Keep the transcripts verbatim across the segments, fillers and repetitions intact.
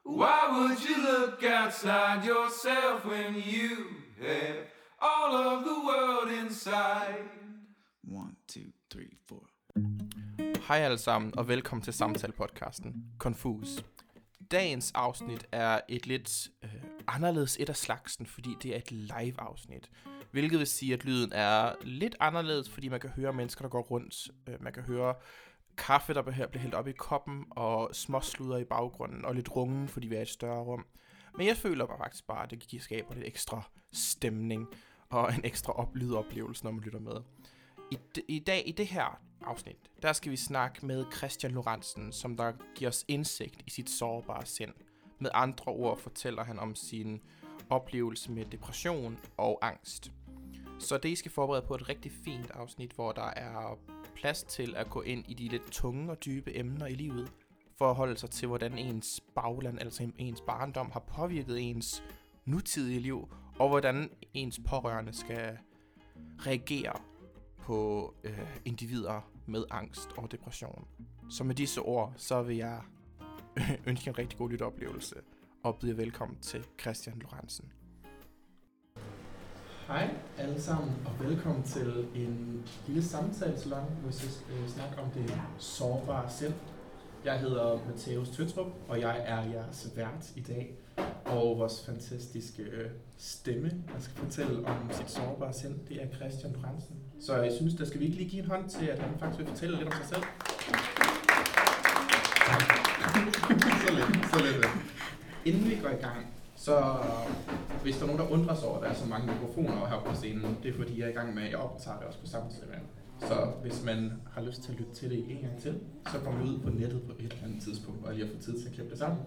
Why would you look outside yourself when you have all of the world inside? One, two, three, four. Hej alle sammen, og velkommen til samtale-podcasten Confus. Dagens afsnit er et lidt øh, anderledes et af slagsen, fordi det er et live-afsnit. Hvilket vil sige, at lyden er lidt anderledes, fordi man kan høre mennesker, der går rundt. Øh, man kan høre kaffe, der bliver hældt op i koppen, og småsludder i baggrunden, og lidt rungen, fordi vi er i et større rum. Men jeg føler bare faktisk bare, at det giver skaber lidt ekstra stemning, og en ekstra op- lydoplevelse, når man lytter med. I, d- I dag, i det her afsnit, der skal vi snakke med Christian Lorentzen, som der giver os indsigt i sit sårbare sind. Med andre ord fortæller han om sin oplevelse med depression og angst. Så det I skal forberede på et rigtig fint afsnit, hvor der er plads til at gå ind i de lidt tunge og dybe emner i livet, for at holde sig til, hvordan ens bagland, altså ens barndom, har påvirket ens nutidige liv, og hvordan ens pårørende skal reagere på øh, individer med angst og depression. Så med disse ord, så vil jeg ønske en rigtig god lytteoplevelse, og byde velkommen til Christian Lorentzen. Hej alle sammen, og velkommen til en lille samtalesalon, hvor vi skal øh, snakke om det sårbare sind. Jeg hedder Matthæus Tøtrup, og jeg er jeres vært i dag. Og vores fantastiske øh, stemme, der skal fortælle om sit sårbare sind, det er Christian Lorentzen. Så jeg synes, der skal vi ikke lige give en hånd til, at han faktisk vil fortælle lidt om sig selv. så lidt, så lidt. Inden vi går i gang, så hvis der er nogen, der undrer sig over, at der er så mange mikrofoner her på scenen, det er fordi, jeg er i gang med, at jeg optager det også på samme tid. Så hvis man har lyst til at lytte til det en gang til, så kommer vi ud på nettet på et eller andet tidspunkt, og lige har fået tid til at klippe det sammen.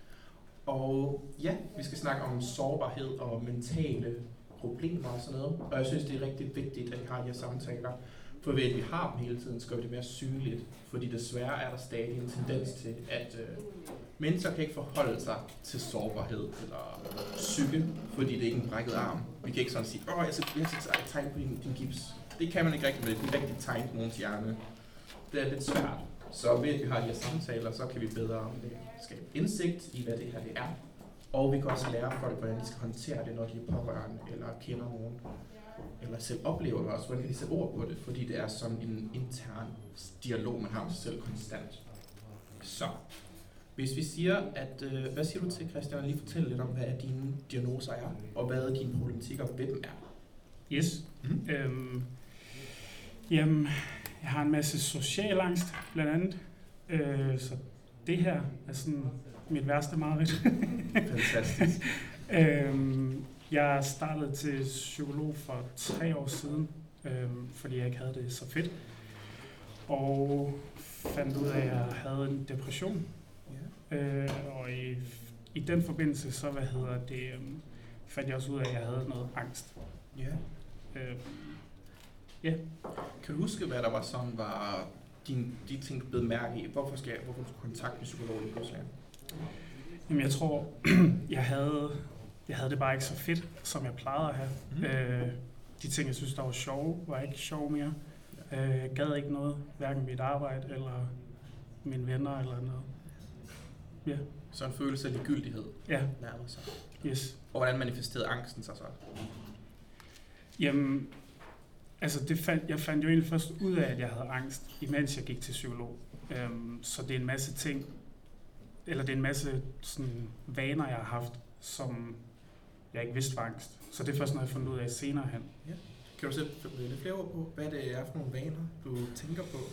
Og ja, vi skal snakke om sårbarhed og mentale problemer og sådan noget. Og jeg synes, det er rigtig vigtigt, at vi har de her samtaler. For ved at vi har dem hele tiden, så gør vi det mere synligt. Fordi desværre er der stadig en tendens til, at øh, mennesker kan ikke forholde sig til sårbarhed eller psyke, fordi det er ikke en brækket arm. Vi kan ikke sådan sige, åh, jeg skal et tegn på din, din gips. Det kan man ikke rigtig med et rigtigt tegn på nogens hjerne. Det er lidt svært. Så ved at vi har de her samtaler, så kan vi bedre skabe indsigt i, hvad det her det er. Og vi kan også lære folk, hvordan de skal håndtere det, når de er pårørende eller kender nogen. Eller selv oplever det også, hvordan kan de sætte ord på det, fordi det er sådan en intern dialog, man har med sig selv konstant. Så, hvis vi siger, at, øh, hvad siger du til, Christian, lige fortælle lidt om, hvad dine diagnoser er, og hvad dine problematikker ved dem er? Yes. Mm-hmm. Øhm, jamen, jeg har en masse social angst, blandt andet. Øh, så det her er sådan mit værste mareridt. Fantastisk. øhm, jeg startede til psykolog for tre år siden, øhm, fordi jeg ikke havde det så fedt. Og fandt ud af, at jeg havde en depression. Yeah. Øh, og i, i den forbindelse, så hvad hedder det, øhm, fandt jeg også ud af, at jeg havde noget angst. Ja. Øh, yeah. Kan du huske, hvad der var sådan, var din, de ting, du blev mærke i? Hvorfor skal jeg, hvorfor du skulle kontakte med psykologen i Rusland? Jamen, jeg tror, jeg havde, jeg havde det bare ikke så fedt, som jeg plejede at have. Mm. Øh, de ting, jeg synes, der var sjove, var ikke sjove mere. Øh, jeg gad ikke noget, hverken mit arbejde eller mine venner eller noget. Ja. Så en følelse af ligegyldighed? Ja. Nærmede sig. Yes. Og hvordan manifesterede angsten sig så? Jamen, altså det fandt, jeg fandt jo egentlig først ud af, at jeg havde angst, imens jeg gik til psykolog. Øhm, så det er en masse ting, eller det er en masse sådan, vaner, jeg har haft, som jeg ikke vidste var angst. Så det er først, når jeg fandt ud af senere hen. Ja. Kan du sætte lidt flere ord på, hvad det er for nogle vaner, du tænker på?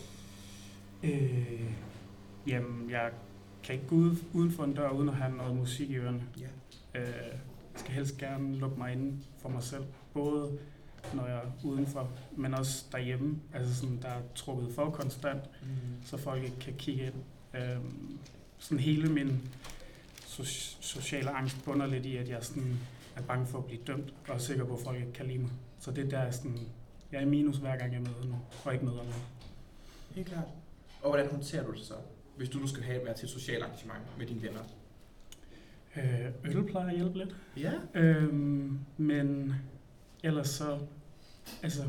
Øh, jamen, jeg kan ikke gå ud, uden for en dør, uden at have noget musik i ørerne. Ja. Øh, jeg skal helst gerne lukke mig inde for mig selv. Både når jeg er udenfor, men også derhjemme. Altså sådan, der er trukket for konstant, mm. så folk ikke kan kigge ind. Øhm, sådan hele min so- sociale angst bunder lidt i, at jeg sådan er bange for at blive dømt, og er sikker på, at folk ikke kan lide mig. Så det der er sådan, jeg er i minus hver gang jeg møder nogen, og ikke møder nogen. Helt klart. Og hvordan håndterer du det så, hvis du nu skal have været til et socialt arrangement med dine venner? Øh, øl plejer at hjælpe lidt. Ja. Øhm, men ellers så, altså,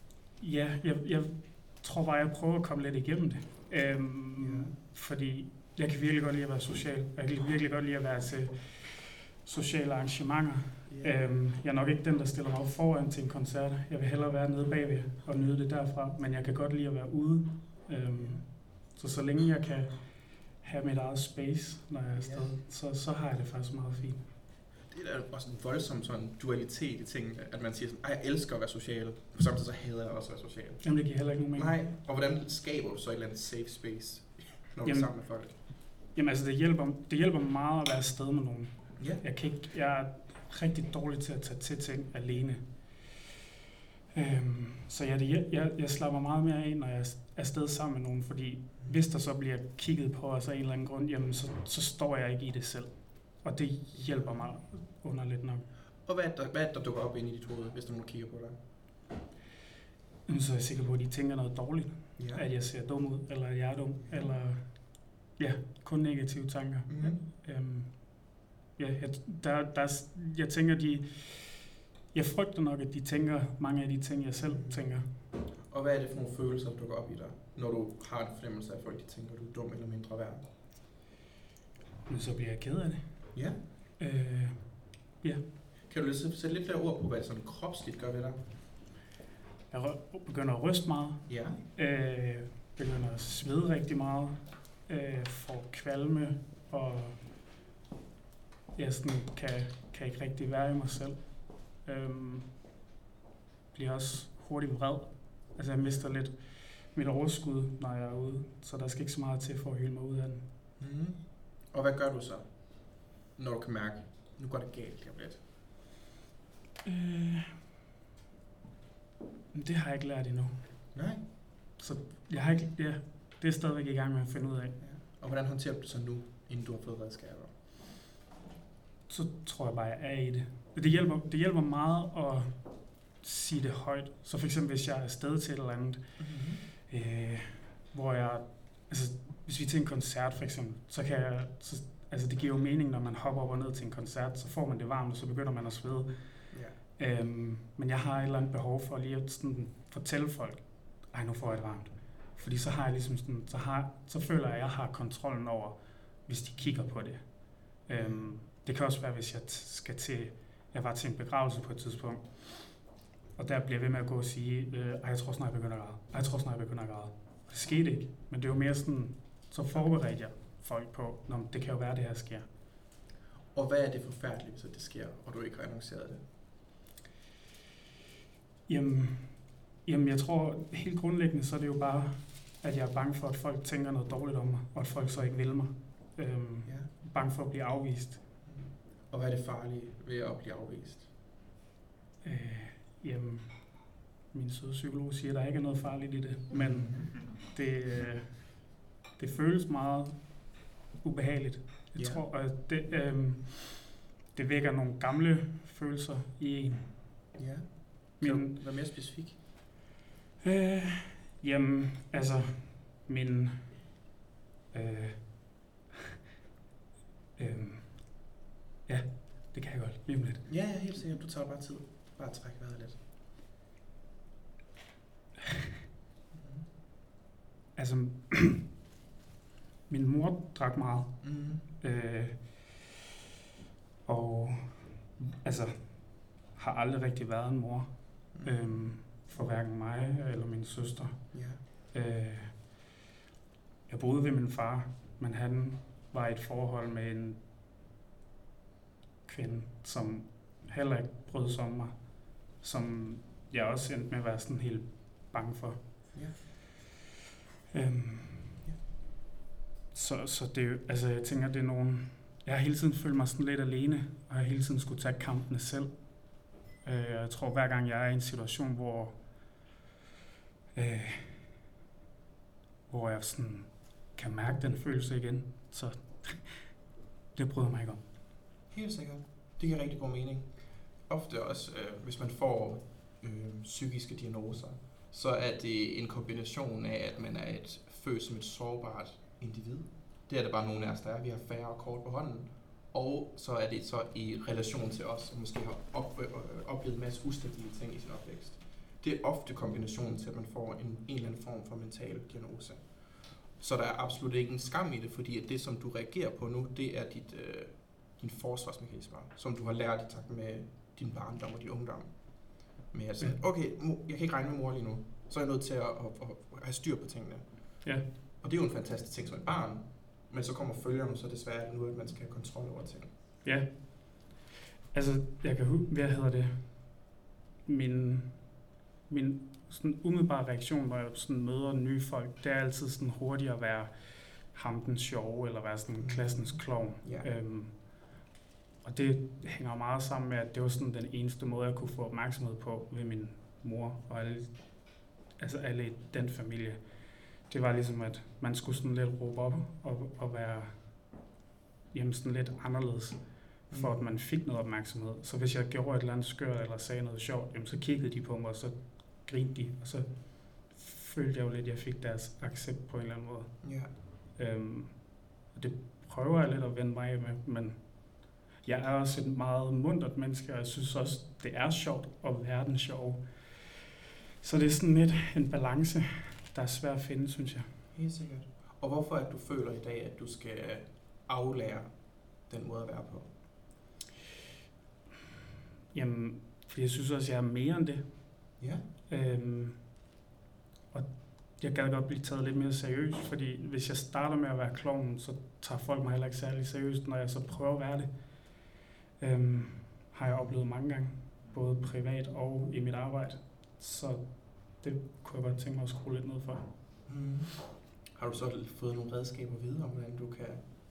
ja, jeg, jeg tror bare, jeg prøver at komme lidt igennem det. Øhm, ja. Fordi jeg kan virkelig godt lide at være social. Jeg kan virkelig godt lide at være til sociale arrangementer. Yeah. Øhm, jeg er nok ikke den, der stiller mig op foran til en koncert. Jeg vil hellere være nede bagved og nyde det derfra, men jeg kan godt lide at være ude. Øhm, så så længe jeg kan have mit eget space, når jeg er afsted, yeah. så, så har jeg det faktisk meget fint. Det er også en voldsom sådan dualitet i ting, at man siger sådan, ej, jeg elsker at være social, på samme tid så hader jeg også at være social. Jamen det giver heller ikke nogen mening. Nej, og hvordan skaber du så et eller andet safe space, når du er jamen, sammen med folk? Jamen altså, det hjælper, det hjælper mig meget at være afsted med nogen. Ja. Jeg, kan ikke, jeg er rigtig dårlig til at tage til ting alene. Øhm, så ja, det, jeg, jeg slapper meget mere af, når jeg er afsted sammen med nogen, fordi hvis der så bliver kigget på os af en eller anden grund, jamen så, så står jeg ikke i det selv. Og det hjælper mig underligt nok. Og hvad er der, hvad er der dukker op ind i dit hoved, hvis der nogen kigger på dig? Jamen, så er jeg sikker på, at de tænker noget dårligt. Ja. At jeg ser dum ud, eller at jeg er dum, eller ja, kun negative tanker. Mm-hmm. Øhm, ja, jeg, der, der, jeg tænker, de... Jeg frygter nok, at de tænker mange af de ting, jeg selv tænker. Og hvad er det for nogle følelser, der dukker op i dig, når du har en fornemmelse af, at folk de tænker, at du er dum eller mindre værd? Men så bliver jeg ked af det. Ja. Øh, ja. Kan du sætte lidt flere ord på, hvad det sådan kropsligt gør ved dig? Jeg rø- begynder at ryste meget. Ja. Øh, begynder at svede rigtig meget. Øh, får kvalme, og jeg sådan kan, kan ikke rigtig være i mig selv. Øh, bliver også hurtigt vred. Altså jeg mister lidt mit overskud, når jeg er ude. Så der skal ikke så meget til for at hylde mig ud af den. Mm. Og hvad gør du så, når du kan mærke, nu går det galt her lidt? Øh, det har jeg ikke lært endnu. Nej. Så jeg har ikke, ja, det er stadigvæk i gang med at finde ud af. Ja. Og hvordan håndterer du det så nu, inden du har fået redskaber? Så tror jeg bare, jeg er i det. Det hjælper, det hjælper meget at sige det højt. Så for eksempel, hvis jeg er afsted til et eller andet, mm-hmm. øh, hvor jeg, altså hvis vi er til en koncert for eksempel, så kan jeg, så, altså det giver jo mening, når man hopper op og ned til en koncert, så får man det varmt, og så begynder man at svede. Yeah. Øhm, men jeg har et eller andet behov for lige at sådan fortælle folk, ej, nu får jeg det varmt. Fordi så har jeg ligesom sådan, så, har, så føler jeg, at jeg har kontrollen over, hvis de kigger på det. Øhm, det kan også være, hvis jeg t- skal til, jeg var til en begravelse på et tidspunkt, og der bliver jeg ved med at gå og sige, øh, ej, jeg tror snart, jeg begynder at græde. Ej, jeg tror snart, jeg begynder at græde. Det skete ikke, men det er jo mere sådan, så forberedte jeg folk på, når det kan jo være, det her sker. Og hvad er det forfærdelige, hvis det sker, og du ikke har annonceret det? Jamen, jamen, jeg tror, helt grundlæggende, så er det jo bare, at jeg er bange for, at folk tænker noget dårligt om mig, og at folk så ikke vil mig. Øhm, ja. Bange for at blive afvist. Og hvad er det farlige ved at blive afvist? Øh, jamen, min søde psykolog siger, at der ikke er noget farligt i det, men det, øh, det føles meget ubehageligt. Jeg yeah. tror, og det, øh, det vækker nogle gamle følelser i en. Ja. Kan du være mere specifik? Øh, jamen, altså, min... Øh, øh, ja, det kan jeg godt. Lige om lidt. Ja, ja, helt sikkert. Du tager bare tid. Bare træk vejret lidt. Altså, min mor drak meget. Mm-hmm. Øh, og altså, har aldrig rigtig været en mor. Mm. Øhm, for hverken mig eller min søster. Yeah. Øh, jeg boede ved min far, men han var i et forhold med en kvinde, som heller ikke brød sig om mig, som jeg også endte med at være sådan helt bange for. Yeah. Øhm, yeah. Så, så det er jo, altså jeg tænker, det er nogen, jeg har hele tiden følt mig sådan lidt alene, og jeg har hele tiden skulle tage kampene selv. Jeg tror, hver gang jeg er i en situation, hvor, øh, hvor jeg sådan kan mærke den følelse igen, så det bryder mig ikke om. Helt sikkert. Det giver rigtig god mening. Ofte også, øh, hvis man får øh, psykiske diagnoser, så er det en kombination af, at man er et født som et sårbart individ. Det er der bare nogle af os, der er. Vi har færre kort på hånden. Og så er det så i relation til os, som måske har op, øh, oplevet en masse ustabile ting i sin opvækst. Det er ofte kombinationen til, at man får en, en eller anden form for mental diagnose. Så der er absolut ikke en skam i det, fordi at det, som du reagerer på nu, det er dit, øh, din forsvarsmekanismer, som du har lært i takt med din barndom og din ungdom. Med at sige, okay, jeg kan ikke regne med mor lige nu, så er jeg nødt til at, at, at, at have styr på tingene. Ja. Og det er jo en fantastisk ting som et barn, men så kommer følgerne så desværre nu, at man skal have kontrol over ting. Ja. Altså, jeg kan huske, hvad hedder det, min, min sådan umiddelbare reaktion, når jeg sådan møder nye folk, det er altid sådan hurtigt at være ham den sjove, eller være sådan klassens klovn. Ja. Øhm, og det hænger meget sammen med, at det var sådan den eneste måde, jeg kunne få opmærksomhed på ved min mor og alle, altså alle i den familie. Det var ligesom, at man skulle sådan lidt råbe op og, og være jamen sådan lidt anderledes, for at man fik noget opmærksomhed. Så hvis jeg gjorde et eller andet skørt eller sagde noget sjovt, jamen så kiggede de på mig, og så grinte de, og så følte jeg jo lidt, at jeg fik deres accept på en eller anden måde. Ja. Øhm, og det prøver jeg lidt at vende mig af med, men jeg er også et meget muntert menneske, og jeg synes også, det er sjovt at være den sjove. Så det er sådan lidt en balance, der er svært at finde, synes jeg. Helt sikkert. Og hvorfor at du føler i dag, at du skal aflære den måde at være på? Jamen, fordi jeg synes også, jeg er mere end det. Ja. Øhm, og jeg gad godt blive taget lidt mere seriøst, fordi hvis jeg starter med at være klovnen, så tager folk mig heller ikke særlig seriøst, når jeg så prøver at være det. Øhm, har jeg oplevet mange gange, både privat og i mit arbejde. Så det kunne jeg godt tænke mig at skrue lidt ned for. Mm. Har du så fået nogle redskaber videre om, hvordan du kan...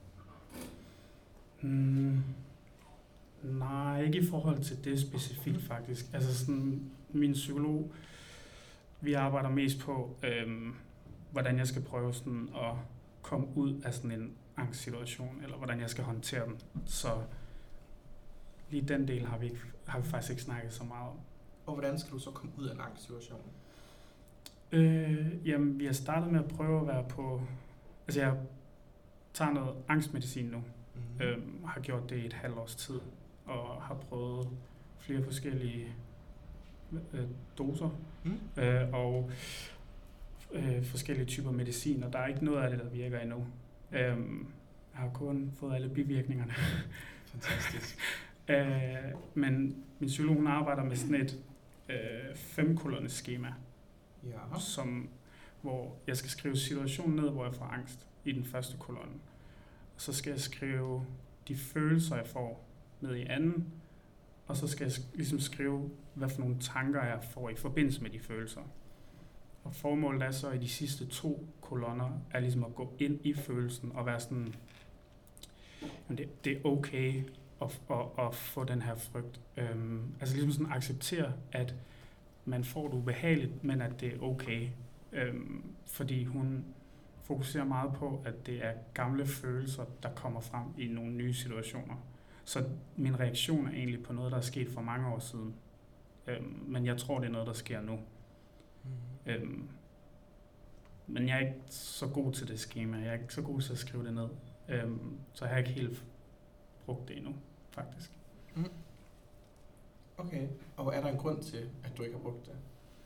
Mm, nej, ikke i forhold til det specifikt faktisk. Altså sådan, min psykolog, vi arbejder mest på, øhm, hvordan jeg skal prøve sådan at komme ud af sådan en angstsituation, eller hvordan jeg skal håndtere den. Så lige den del har vi, ikke, har vi faktisk ikke snakket så meget om. Og hvordan skal du så komme ud af en angstsituation? Øh, jamen, vi har startet med at prøve at være på... Altså, jeg tager noget angstmedicin nu. Mm-hmm. Øhm, har gjort det i et halvt års tid, og har prøvet flere forskellige øh, doser, Mm. øh, og øh, forskellige typer medicin, og der er ikke noget af det, der virker endnu. Øhm, jeg har kun fået alle bivirkningerne. Fantastisk. øh, men min psykolog, hun arbejder med sådan et øh, femkolonnes skema, Ja. som, hvor jeg skal skrive situationen ned, hvor jeg får angst i den første kolonne. Og så skal jeg skrive de følelser, jeg får ned i anden, og så skal jeg ligesom skrive, hvad for nogle tanker jeg får i forbindelse med de følelser. Og formålet er så i de sidste to kolonner, er ligesom at gå ind i følelsen og være sådan, det, det er okay at, at, at få den her frygt. Øhm, altså ligesom sådan acceptere, at man får det ubehageligt, men at det er okay. Øhm, fordi hun fokuserer meget på, at det er gamle følelser, der kommer frem i nogle nye situationer. Så min reaktion er egentlig på noget, der er sket for mange år siden. Øhm, men jeg tror, det er noget, der sker nu. Mm. Øhm, men jeg er ikke så god til det skema. Jeg er ikke så god til at skrive det ned. Øhm, så jeg har ikke helt brugt det endnu, faktisk. Mm. Okay. Og er der en grund til, at du ikke har brugt det?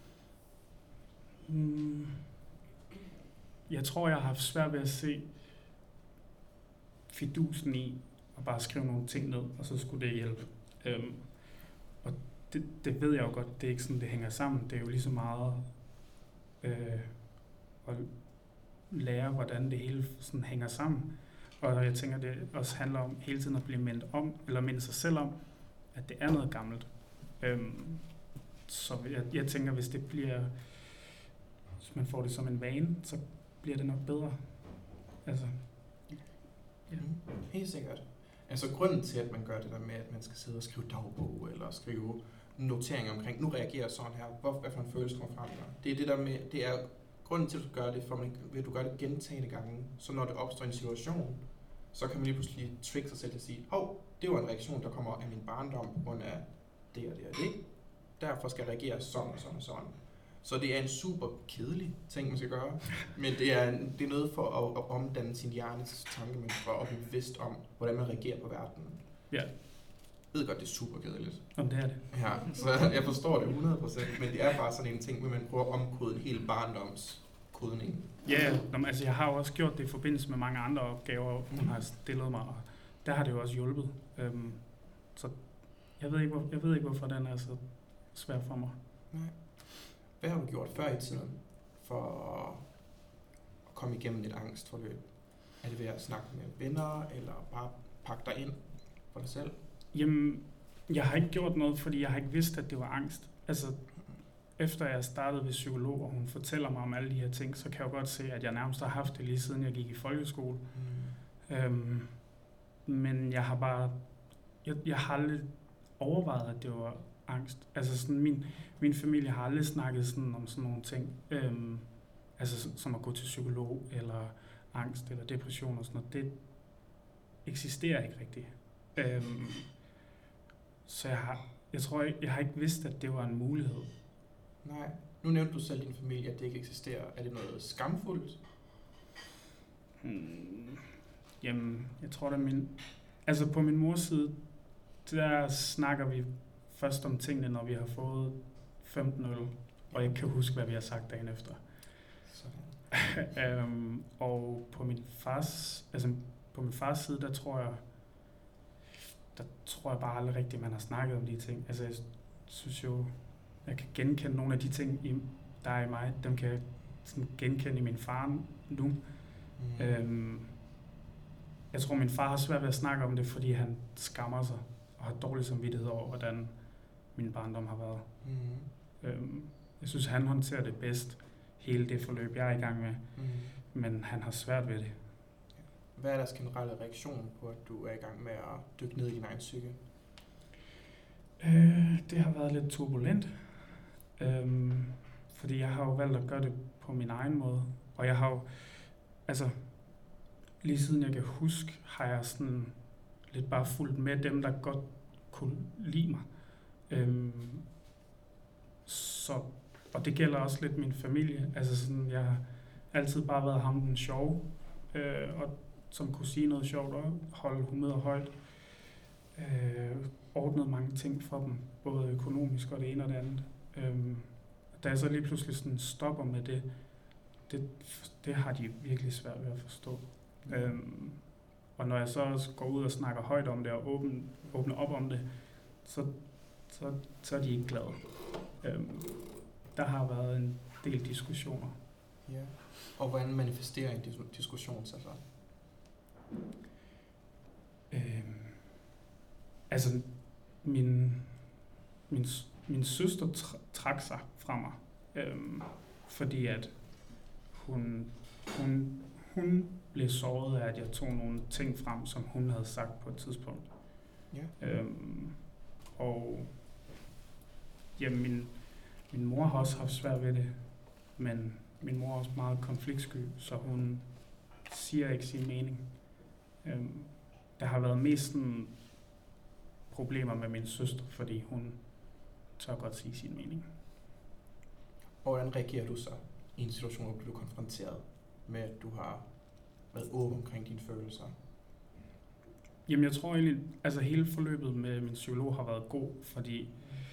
Mm. Jeg tror, jeg har haft svært ved at se fidusen i at bare skrive nogle ting ned, og så skulle det hjælpe. Øhm, og det, det ved jeg jo godt, det er ikke sådan, det hænger sammen. Det er jo lige så meget øh, at lære, hvordan det hele sådan hænger sammen. Og jeg tænker, det også handler om hele tiden at blive mindet om, eller minde sig selv om, at det er noget gammelt. Øhm, så jeg, jeg tænker, hvis det bliver, hvis man får det som en vane, så bliver det nok bedre. Altså, ja. Mm. Helt sikkert. Altså grunden til, at man gør det der med, at man skal sidde og skrive dagbog, eller skrive noteringer omkring, nu reagerer jeg sådan her, hvor, hvad for en følelse kommer frem der. Det er det der med, det er grunden til, at du gør det, for man, ved at du gør det gentagende gange, så når det opstår en situation, så kan man lige pludselig trigge sig selv og sige, hov, det var en reaktion, der kommer af min barndom, på grund af det og det og det. Derfor skal jeg reagere sådan og sådan og sådan. Så det er en super kedelig ting, man skal gøre, men det er, det er noget for at, at omdanne sin hjernes tankemønstre og blive bevidst om, hvordan man reagerer på verden. Ja. Jeg ved godt, det er super kedeligt. Om det er det. Ja, så jeg forstår det hundrede procent, men det er bare sådan en ting, hvor man prøver at omkode en hel barndoms kodning. Ja, yeah, altså jeg har jo også gjort det i forbindelse med mange andre opgaver, hun har stillet mig, og der har det jo også hjulpet. Øhm, så jeg ved, ikke, hvor, jeg ved ikke, hvorfor den er så svær for mig. Nej. Hvad har du gjort før i tiden for at komme igennem et angstforløb? Er det ved at snakke med venner, eller bare pakke dig ind for dig selv? Jamen, jeg har ikke gjort noget, fordi jeg har ikke vidst, at det var angst. Altså, efter jeg startede ved psykolog, og hun fortæller mig om alle de her ting, så kan jeg jo godt se, at jeg nærmest har haft det lige siden jeg gik i folkeskole. Mm. Øhm, men jeg har bare, jeg, jeg har aldrig overvejet, at det var angst. Altså sådan, min, min familie har aldrig snakket sådan om sådan nogle ting, øhm, altså som at gå til psykolog, eller angst, eller depression og sådan noget. Det eksisterer ikke rigtigt. Øhm, så jeg har, jeg tror ikke, jeg har ikke vidst, at det var en mulighed. Nej. Nu nævnte du selv din familie, at det ikke eksisterer. Er det noget skamfuldt? Hmm, jamen, jeg tror da min... Altså på min mors side, der snakker vi først om tingene, når vi har fået femten øl, og jeg kan huske, hvad vi har sagt dagen efter. Sådan. um, og på min fars, altså på min fars side, der tror jeg, der tror jeg bare aldrig rigtigt, man har snakket om de ting. Altså jeg synes jo, jeg kan genkende nogle af de ting, der er i mig, dem kan jeg sådan genkende i min far nu. Mm. Øhm, jeg tror, min far har svært ved at snakke om det, fordi han skammer sig og har dårlig samvittighed over, hvordan min barndom har været. Mm. Øhm, jeg synes, han håndterer det bedst, hele det forløb, jeg er i gang med, mm. men han har svært ved det. Hvad er deres generelle reaktion på, at du er i gang med at dykke ned i din egen psyke? Øh, det har været lidt turbulent, øhm, fordi jeg har jo valgt at gøre det på min egen måde, og jeg har jo, altså, lige siden jeg kan huske, har jeg sådan lidt bare fulgt med dem, der godt kunne lide mig. Øhm, så, og det gælder også lidt min familie, altså sådan, jeg har altid bare været ham den sjove, øh, og som kunne sige noget sjovt og holde humøret højt. Øh, ordnet mange ting for dem, både økonomisk og det ene og det andet. Øhm, da jeg så lige pludselig sådan stopper med det, det, det har de virkelig svært ved at forstå. Mm. Øhm, og når jeg så også går ud og snakker højt om det og åbner, åbner op om det, så, så, så er de ikke glade. Øhm, der har været en del diskussioner. Ja. Og hvordan manifesterer en dis- diskussion sig så? Øhm, altså, min, min, min søster tr- trak sig fra mig, øhm, fordi at hun, hun, hun blev såret af, at jeg tog nogle ting frem, som hun havde sagt på et tidspunkt. Ja. Øhm, og ja, min, min mor har også haft svært ved det, men min mor er også meget konfliktsky, så hun siger ikke sin mening. Øhm, der har været mest sådan problemer med min søster, fordi hun tør godt sige sin mening. Og hvordan reagerer du så i en situation, hvor du bliver konfronteret med, at du har været åben omkring dine følelser? Jamen jeg tror egentlig, altså hele forløbet med min psykolog har været god, fordi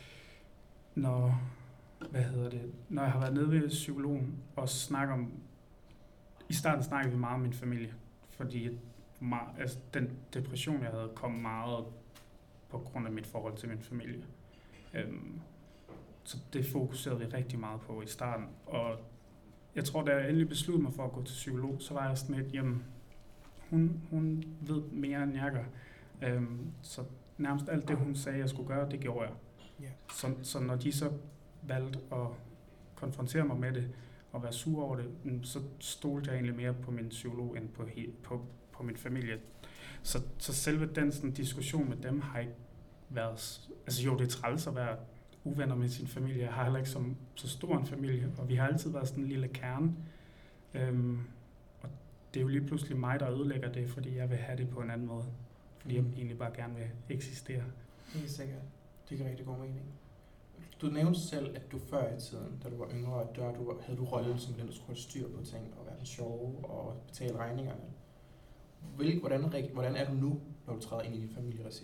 når, hvad hedder det, når jeg har været nede ved psykologen og snakker om, i starten snakkede vi meget om min familie, fordi meget, altså, den depression, jeg havde, kom meget på grund af mit forhold til min familie. Øhm, så det fokuserede vi rigtig meget på i starten. Og jeg tror, da jeg endelig besluttede mig for at gå til psykolog, så var jeg sådan lidt, jamen, hun, hun ved mere end jeg gør. Øhm, så nærmest alt det, hun sagde, jeg skulle gøre, det gjorde jeg. Yeah. Så, så når de så valgte at konfrontere mig med det, og være sur over det, så stolte jeg egentlig mere på min psykolog, end på, på, på min familie. Så, så selve den sådan, diskussion med dem har ikke været... Altså jo, det er træls at være uvenner med sin familie. Jeg har heller ikke som, så stor en familie, og vi har altid været sådan en lille kerne. Øhm, og det er jo lige pludselig mig, der ødelægger det, fordi jeg vil have det på en anden måde. Fordi jeg egentlig bare gerne vil eksistere. Helt sikkert. Det giver rigtig god mening. Du nævnte selv, at du før i tiden, da du var yngre, der du, havde du rollen som den, der skulle holde styr på ting og være den sjove og betale regningerne. Hvil, hvordan, hvordan er du nu, når du træder ind i din familieregi?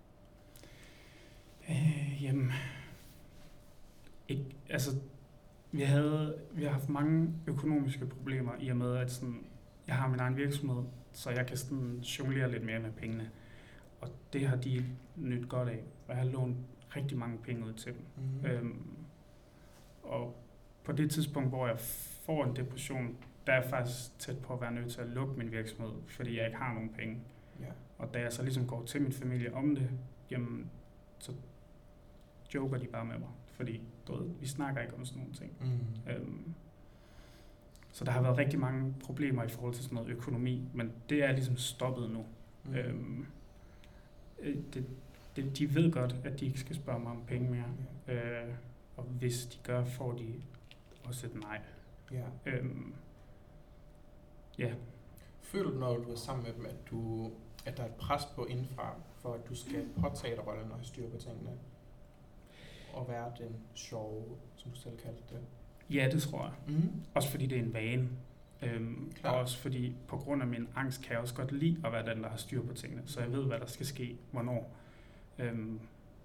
Øh, jamen, ikke, altså, vi, havde, vi har haft mange økonomiske problemer i og med, at sådan, jeg har min egen virksomhed, så jeg kan sådan jonglere lidt mere med pengene. Og det har de nyt godt af, og jeg har lånt rigtig mange penge ud til dem. Mm. Øhm, og på det tidspunkt, hvor jeg får en depression, der er jeg faktisk tæt på at være nødt til at lukke min virksomhed, fordi jeg ikke har nogen penge. Ja. Og da jeg så ligesom går til min familie om det, jamen, så joker de bare med mig, fordi du ved, vi snakker ikke om sådan nogle ting. Mm. Øhm, så der har været rigtig mange problemer i forhold til sådan noget økonomi, men det er ligesom stoppet nu. Mm. Øhm, det, det, de ved godt, at de ikke skal spørge mig om penge mere, øh, og hvis de gør, får de også et nej. Ja. Øhm, ja. Føler du, når du er sammen med dem, at, du, at der er et pres på indfra, for at du skal påtage dig rollen og have styr på tingene? Og være den sjove, som du selv kaldte det? Ja, det tror jeg. Mm. Også fordi det er en vane. Øhm, og også fordi på grund af min angst, kan jeg også godt lide at være den, der har styr på tingene. Så jeg ved, hvad der skal ske, hvornår. Øhm,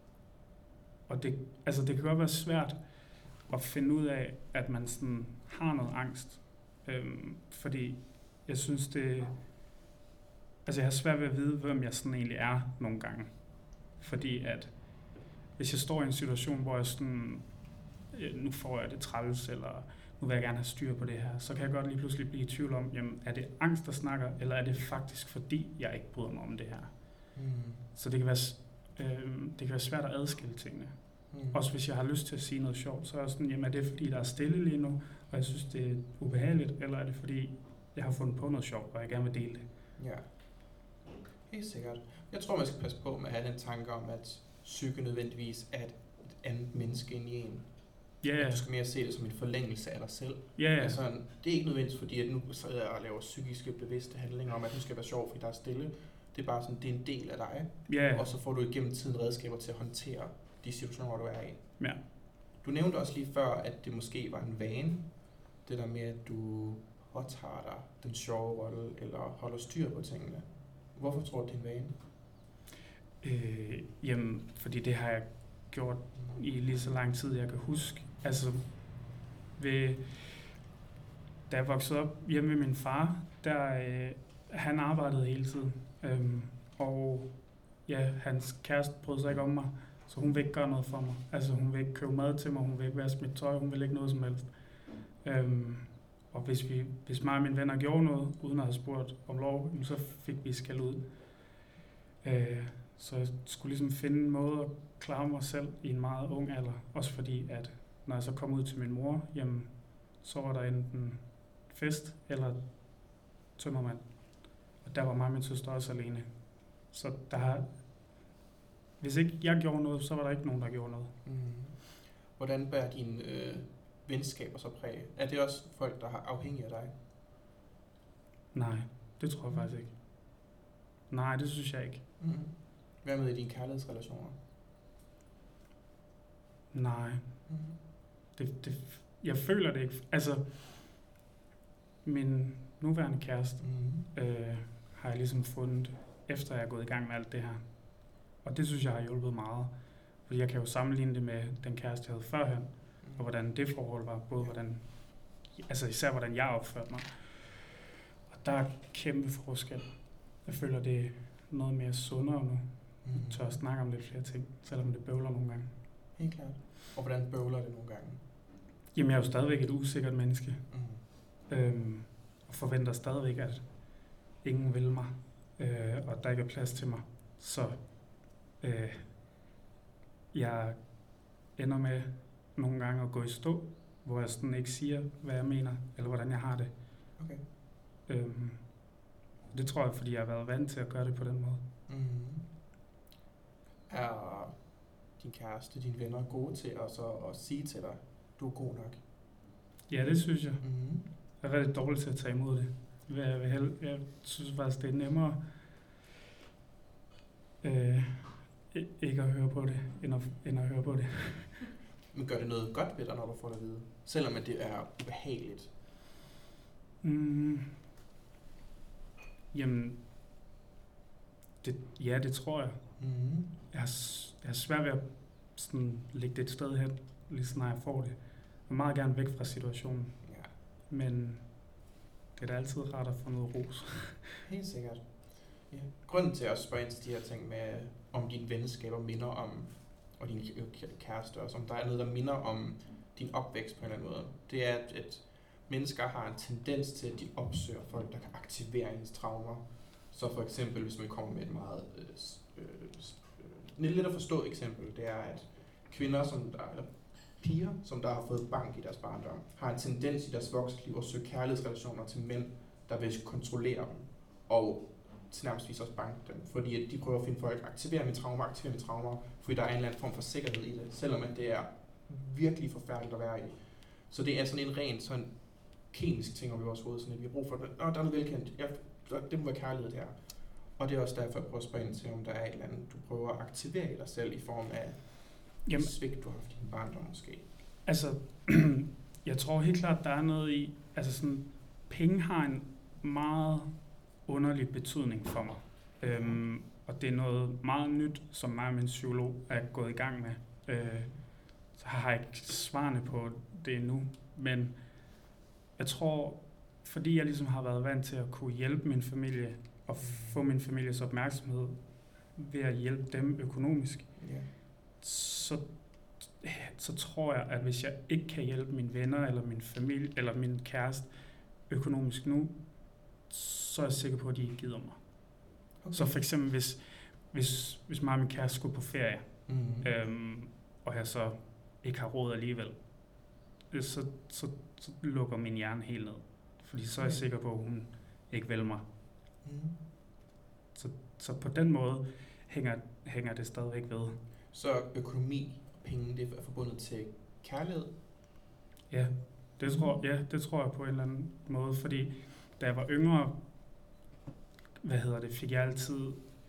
og det, altså det kan godt være svært at finde ud af, at man sådan har noget angst. Øhm, fordi jeg synes, det... Altså jeg har svært ved at vide, hvem jeg sådan egentlig er nogle gange. Fordi at hvis jeg står i en situation, hvor jeg sådan... Nu får jeg det træls, eller nu vil jeg gerne have styr på det her, så kan jeg godt lige pludselig blive i tvivl om, jamen, er det angst, der snakker, eller er det faktisk fordi, jeg ikke bryder mig om det her? Mm. Så det kan være, øh, det kan være svært at adskille tingene. Mm. Også hvis jeg har lyst til at sige noget sjovt, så er jeg sådan, jamen er det fordi, der er stille lige nu, og jeg synes, det er ubehageligt, eller er det fordi, jeg har fundet på noget sjovt, og jeg gerne vil dele det? Ja, helt sikkert. Jeg tror, man skal passe på med at have den tanke om, at psyke nødvendigvis er et andet menneske end i en. Ja, yeah. Du skal mere se det som en forlængelse af dig selv. Ja, yeah. Altså, det er ikke nødvendigvis fordi, at nu sidder jeg og laver psykiske bevidste handlinger om, at du skal være sjov, fordi der er stille. Det er bare sådan, det er en del af dig. Ja. Yeah. Og så får du igennem tiden redskaber til at håndtere de situationer, du er i. Ja. Du nævnte også lige før, at det måske var en vane. Det der med, at du påtager dig den sjove rolle, eller holder styr på tingene. Hvorfor tror du, det er en vane? Øh, jamen, fordi det har jeg gjort i lige så lang tid, jeg kan huske. Altså, ved, da jeg voksede op hjemme med min far, der øh, han arbejdede hele tiden. Øhm, og ja, hans kæreste brød sig ikke om mig, så hun vil ikke gøre noget for mig. Altså, hun vil ikke købe mad til mig, hun vil ikke vaske mit tøj, hun vil ikke noget som helst. Øhm, og hvis, vi, hvis mig og mine venner gjorde noget, uden at have spurgt om lov, så fik vi skæld ud. Øh, så jeg skulle ligesom finde en måde at klare mig selv i en meget ung alder. Også fordi, at når jeg så kom ud til min mor, jamen, så var der enten fest eller tømmermand. Og der var mig og min søster også alene. Så der har, hvis ikke jeg gjorde noget, så var der ikke nogen, der gjorde noget. Mm. Hvordan bærer dine øh, venskaber så præg? Er det også folk, der er afhængige af dig? Nej, det tror jeg faktisk ikke. Nej, det synes jeg ikke. Mm. Hvad med i dine kærlighedsrelationer? Nej. Mm. Det, det, jeg føler det ikke. Altså, min nuværende kæreste Mm. øh, har jeg ligesom fundet, efter jeg er gået i gang med alt det her. Og det synes jeg har hjulpet meget. Fordi jeg kan jo sammenligne det med den kæreste, jeg havde førhen, og hvordan det forhold var. Både hvordan, altså især hvordan jeg opførte mig. Og der er kæmpe forskel. Jeg føler, det er noget mere sundere nu. Mm. Jeg tør at snakke om lidt flere ting, selvom det bøvler nogle gange. Helt klart. Og hvordan bøvler det nogle gange? Jamen, jeg er jo stadigvæk et usikkert menneske. Mm. Øhm, og forventer stadigvæk, at ingen vil mig, øh, og der ikke er plads til mig. Så øh, jeg ender med nogle gange at gå i stå, hvor jeg sådan ikke siger, hvad jeg mener, eller hvordan jeg har det. Okay. Øhm, det tror jeg, fordi jeg har været vant til at gøre det på den måde. Mm. Er din kæreste, dine venner gode til at, så, at sige til dig, du er god nok? Ja, det synes jeg. Mm. Jeg er rigtig dårlig til at tage imod det. Jeg, vil hellere, jeg synes faktisk, det er nemmere øh, ikke at høre på det, end at, end at høre på det. Men gør det noget godt ved dig, når du får det at vide? Selvom at det er ubehageligt? Mm. Jamen, det, ja, det tror jeg. Mm. Jeg har, jeg har svært ved at sådan, lægge det et sted hen, lige så når jeg får det. vil meget gerne væk fra situationen, Ja, men det er da altid rart at få noget ros. helt sikkert. Ja. Grunden til at jeg spørge ind til de her ting med, om dine venskaber minder om, og din kæreste også, om der er noget, der minder om din opvækst på en eller anden måde, det er, at, at mennesker har en tendens til, at de opsøger folk, der kan aktivere ens traumer. Så for eksempel, hvis man kommer med et meget øh, øh, lidt at forstå eksempel, det er, at kvinder, som der, eller piger, som der har fået bank i deres barndom, har en tendens i deres voksenliv at søge kærlighedsrelationer til mænd, der vil kontrollere dem, og nærmest også banke dem, fordi at de prøver at finde folk, aktivere mine traumer, aktivere mine traumer, fordi der er en eller anden form for sikkerhed i det, selvom at det er virkelig forfærdeligt at være i. Så det er sådan en ren sådan kemisk ting over i vores hoved, sådan at vi har brug for det. Nå, der er noget velkendt. Ja, det må være kærlighed, det her. Og det er også derfor, jeg prøver at spørge ind til, om der er et eller andet, du prøver at aktivere i dig selv i form af Jamen, svigt, du har haft i din barndom måske. Altså, jeg tror helt klart, der er noget i, altså sådan, penge har en meget underlig betydning for mig. Øhm, og det er noget meget nyt, som mig og min psykolog er gået i gang med. Øh, så har jeg ikke svarene på det endnu, men jeg tror, fordi jeg ligesom har været vant til at kunne hjælpe min familie og få min families opmærksomhed ved at hjælpe dem økonomisk, Yeah. så, så tror jeg, at hvis jeg ikke kan hjælpe mine venner eller min familie eller min kæreste økonomisk nu, så er jeg sikker på, at de ikke gider mig. Okay. Så for eksempel, hvis, hvis, hvis mig og min kæreste skulle på ferie, mm-hmm. øhm, og jeg så ikke har råd alligevel, så, så, så lukker min hjerne helt ned. Fordi så er jeg sikker på, at hun ikke vil mig. Mm. Så, så på den måde hænger, hænger det stadigvæk ved. Så økonomi og penge, det er forbundet til kærlighed? Ja, det tror, ja, det tror jeg på en eller anden måde, fordi da jeg var yngre, hvad hedder det, fik jeg altid,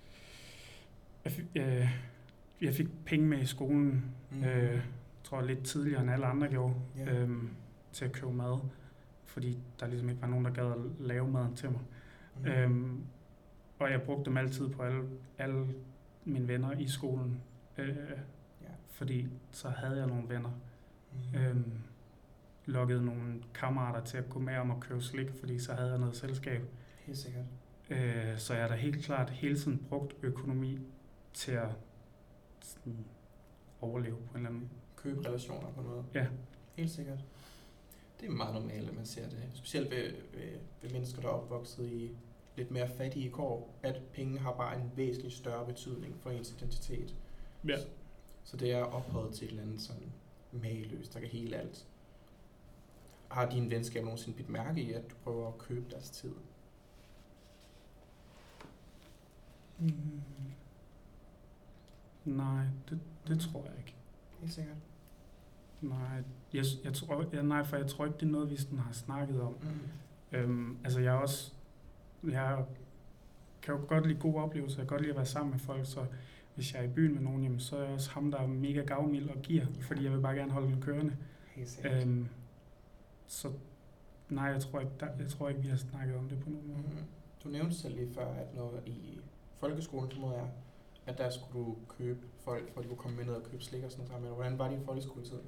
jeg fik, øh, jeg fik penge med i skolen, mm. øh, tror jeg lidt tidligere end alle andre gjorde, yeah. øhm, til at købe mad, fordi der ligesom ikke var nogen, der gad at lave maden til mig. Mm. Øhm, og jeg brugte dem altid på alle, alle mine venner i skolen, øh, yeah. fordi så havde jeg nogle venner. Mm. Øhm, lukkede nogle kammerater til at gå med om at købe slik, fordi så havde jeg noget selskab. Helt sikkert. Øh, så jeg har da helt klart hele tiden brugt økonomi til at sådan, overleve på en eller anden. Købe relationer på noget. Ja. Helt sikkert. Det er meget normalt, at man ser det. Specielt ved, ved, ved mennesker, der er opvokset i lidt mere fattige kår, at penge har bare en væsentlig større betydning for ens identitet. Ja. Så, så det er ophøjet til et eller andet sådan mageløst, der kan hele alt. Har dine venskaber nogensinde bidt mærke i, at du prøver at købe deres tid? Mm. Nej, det, det tror jeg ikke. Helt sikkert. Nej, jeg, jeg tror, jeg, nej, for jeg tror ikke, det er noget, vi sådan har snakket om. Mm. Øhm, altså jeg er også, jeg kan jo godt lide gode oplevelser, jeg kan godt lide at være sammen med folk, så hvis jeg er i byen med nogen, jamen, så er jeg også ham, der er mega gavmild og giver, fordi jeg vil bare gerne holde den kørende. Helt sikkert. Øhm, så nej, jeg tror, ikke, der, jeg tror ikke, vi har snakket om det på nogen måde. Mm. Du nævnte selv lige før, at når i folkeskolen, så må jeg, at der skulle du købe folk, for at de kunne komme med ned og købe slik og sådan noget. Men hvordan var din folkeskoletid?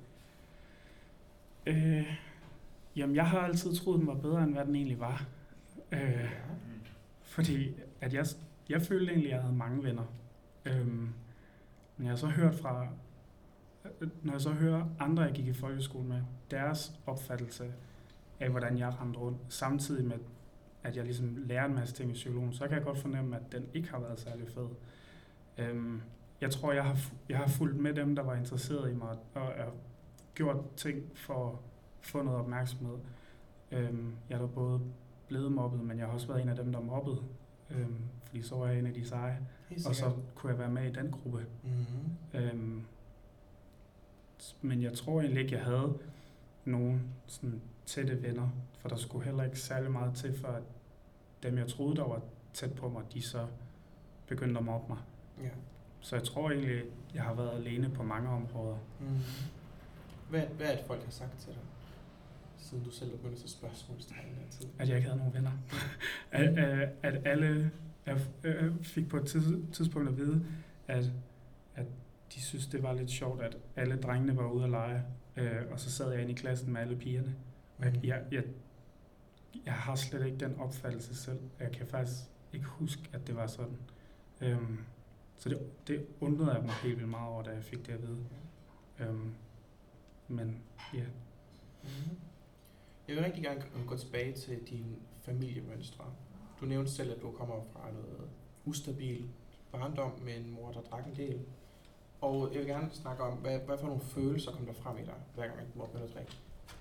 Øh, jamen, jeg har altid troet, den var bedre, end hvad den egentlig var. Øh, ja. Fordi at jeg, jeg følte egentlig, at jeg havde mange venner. Øhm, men jeg har så hørt fra, når jeg så hører andre, jeg gik i folkeskole med, deres opfattelse af, hvordan jeg rendte rundt, samtidig med, at jeg ligesom lærer en masse ting i psykologen, så kan jeg godt fornemme, at den ikke har været særlig fed. Øhm, jeg tror, jeg har, jeg har fulgt med dem, der var interesseret i mig, og har gjort ting for at få noget opmærksomhed. Øhm, jeg er da både blevet mobbet, men jeg har også været en af dem, der mobbede, øhm, fordi så var jeg en af de seje, og så kunne jeg være med i den gruppe. Mm-hmm. Øhm, men jeg tror egentlig ikke, jeg havde nogen sådan tætte venner, for der skulle heller ikke særlig meget til, for at dem, jeg troede, der var tæt på mig, de så begyndte at mobbe mig. Ja. Så jeg tror egentlig, jeg har været alene på mange områder. Mm. Hvad, hvad er det, folk har sagt til dig, siden du selv begyndte at spørgsmålstegn der tid? At jeg ikke havde nogen venner. at, at alle jeg fik på et tidspunkt at vide, at, at de synes, det var lidt sjovt, at alle drengene var ude at lege, øh, og så sad jeg inde i klassen med alle pigerne. Og jeg, jeg, jeg, jeg har slet ikke den opfattelse selv. Jeg kan faktisk ikke huske, at det var sådan. Øhm, så det, det undrede jeg mig helt vildt meget over, da jeg fik det at vide. Øhm, men ja. Yeah. Mm-hmm. Jeg vil rigtig gerne gå tilbage til dine familiemønstre. Du nævnte selv, at du kommer fra noget ustabil barndom med en mor, der drak en del. Og jeg vil gerne snakke om, hvad, hvad for nogle følelser kom der frem i dig, hver gang du mor begyndte at drikke?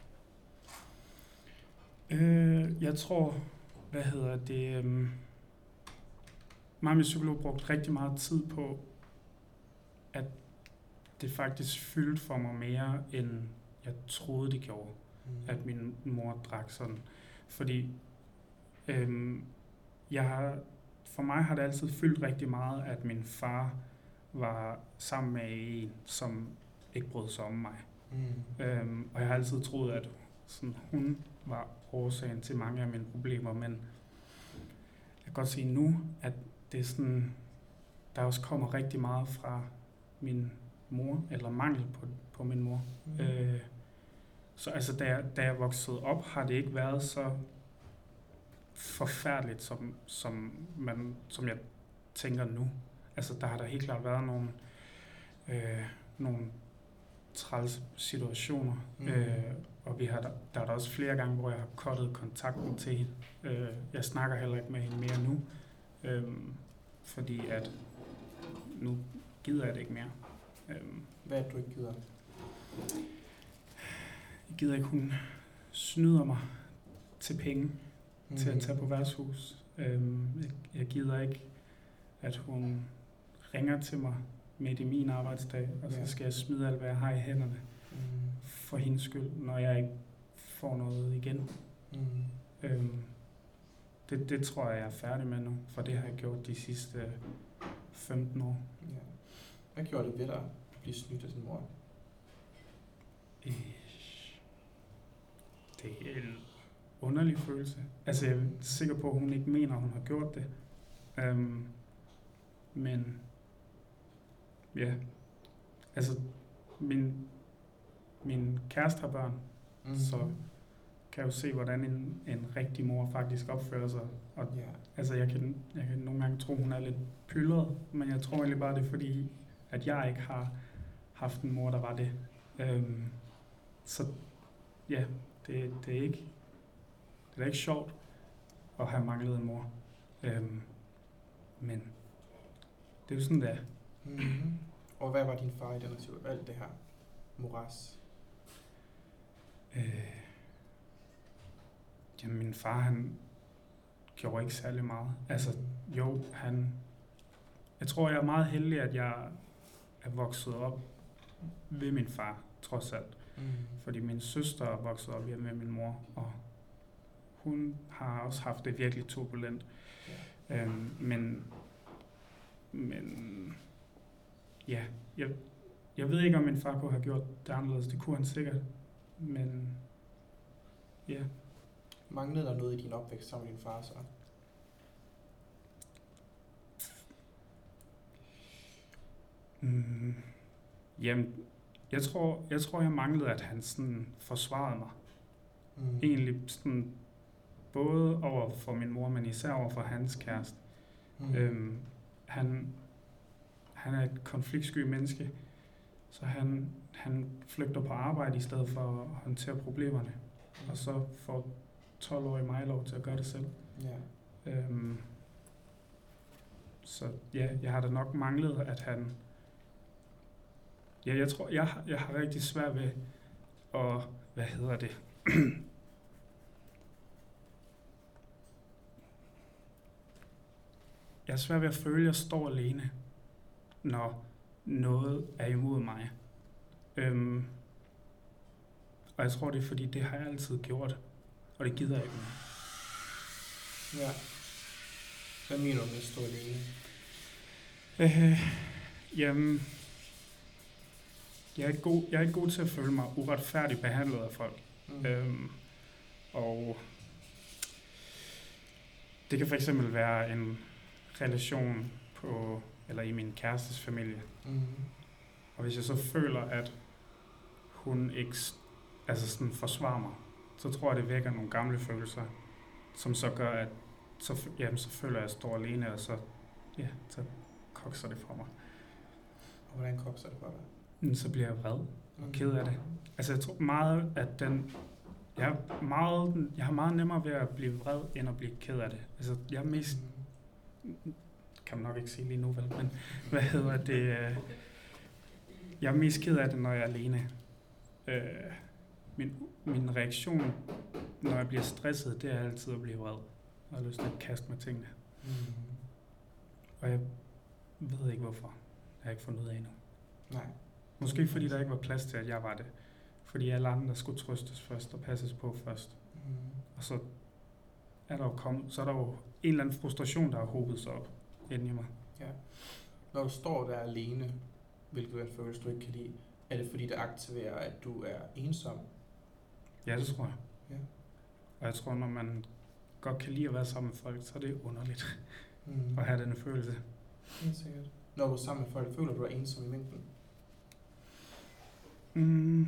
Øh, jeg tror, hvad hedder det... Um Mig og min psykolog brugte rigtig meget tid på, at det faktisk fyldte for mig mere, end jeg troede, det gjorde, mm. at min mor drak sådan. Fordi øhm, jeg har, for mig har det altid fyldt rigtig meget, at min far var sammen med en, som ikke brød sig om mig. Mm. Øhm, og jeg har altid troet, at sådan, hun var årsagen til mange af mine problemer, men jeg kan godt se nu, at det er sådan, der også kommer rigtig meget fra min mor, eller mangel på, på min mor. Mm. Øh, så altså, da jeg, da jeg voksede op, har det ikke været så forfærdeligt, som, som, man, som jeg tænker nu. Altså, der har der helt klart været nogle, øh, nogle træls situationer, mm. øh, og vi har, der, der er der også flere gange, hvor jeg har cuttet kontakten til hende. Øh, jeg snakker heller ikke med hende mere nu. Øhm, fordi at nu gider jeg det ikke mere. Øhm, Hvad er det, du ikke gider? Jeg gider ikke, hun snyder mig til penge, mm-hmm. til at tage på værtshus. Øhm, jeg, jeg gider ikke, at hun ringer til mig midt i min arbejdsdag, og så skal jeg smide alt, hvad jeg har i hænderne, mm. for hendes skyld, når jeg ikke får noget igen. Mm. Øhm, Det, det tror jeg, jeg er færdig med nu, for det har jeg gjort de sidste femten år. Ja. Hvad gjorde det ved dig at blive snydt af din mor? Det er en underlig følelse. Altså, jeg er sikker på, at hun ikke mener, at hun har gjort det. Um, men, ja. Altså, min, min kæreste har børn, mm-hmm. så kan jeg jo se, hvordan en, en rigtig mor faktisk opfører sig. Og, yeah. Altså, jeg kan, jeg kan nogle gange tro, hun er lidt pyldret, men jeg tror egentlig bare, det er fordi, at jeg ikke har haft en mor, der var det. Um, så ja, det, det er ikke det er ikke sjovt at have manglet en mor. Um, men det er jo sådan, det er. Mm-hmm. Og hvad var din far i den situation? Alt det her moras? Øh, jamen, min far, han gjorde ikke særlig meget. Altså, jo, han... Jeg tror, jeg er meget heldig, at jeg er vokset op ved min far, trods alt. Mm. Fordi min søster er vokset op hjemme med min mor, og hun har også haft det virkelig turbulent. Yeah. Øhm, men... Men... Ja, jeg, jeg ved ikke, om min far kunne have gjort det anderledes. Det kunne han sikkert. Men... Ja. Manglede der noget i din opvækst sammen med din far så? Mm, jamen, jeg tror, jeg tror, jeg manglede, at han sådan forsvarede mig. Mm. Egentlig sådan, både over for min mor, men især over for hans kæreste. Mm. Øhm, han, han er et konfliktsky menneske, så han, han flygter på arbejde i stedet for at håndtere problemerne. Mm. Og så får tolv-årige mig lov til at gøre det selv. Yeah. Øhm, så ja, jeg har da nok manglet, at han... Ja, jeg tror, jeg, jeg har rigtig svært ved at... Hvad hedder det? Jeg er svært ved at føle, at jeg står alene, når noget er imod mig. Øhm, og jeg tror, det er fordi, det har jeg altid gjort, og det gider jeg ikke mere. Ja. Hvad mener du med at stå alene? Øh, jamen, jeg er, ikke god, jeg er ikke god til at føle mig uretfærdigt behandlet af folk. Mm. Øhm, og det kan for eksempel være en relation på, eller i min kærestes familie. Mm. Og hvis jeg så føler, at hun ikke altså sådan forsvarer mig, så tror jeg, det vækker nogle gamle følelser, som så gør, at så, jamen, så føler jeg, at jeg står alene, og så, ja, så kokser det fra mig. Og hvordan kokser det fra dig? Men så bliver jeg vred og ked af det. Altså jeg tror meget, at den... Jeg, er meget, jeg har meget nemmere ved at blive vred, end at blive ked af det. Altså jeg er mest... Kan man nok ikke sige lige nu, vel? Men hvad hedder det? Jeg er mest ked af det, når jeg er alene. Øh, min, min reaktion, når jeg bliver stresset, det er altid at blive vred. Jeg har lyst til at kaste med tingene. Mm. Og jeg ved ikke hvorfor. Jeg har ikke fundet ud af endnu. Nej. Måske fordi der ikke var plads til, at jeg var det. Fordi alle andre skulle trøstes først og passes på først. Mm. Og så er der jo kommet, så er der jo en eller anden frustration, der har hobet sig op inden i mig. Ja. Når du står der alene, hvilket er en følelse, du ikke kan lide, er det fordi, det aktiverer, at du er ensom? Ja, det tror jeg. Ja. Og jeg tror, når man godt kan lide at være sammen med folk, så er det underligt Mm. at have den følelse. Helt sikkert. Når du er sammen med folk, føler du dig ensom i mængden? Mm.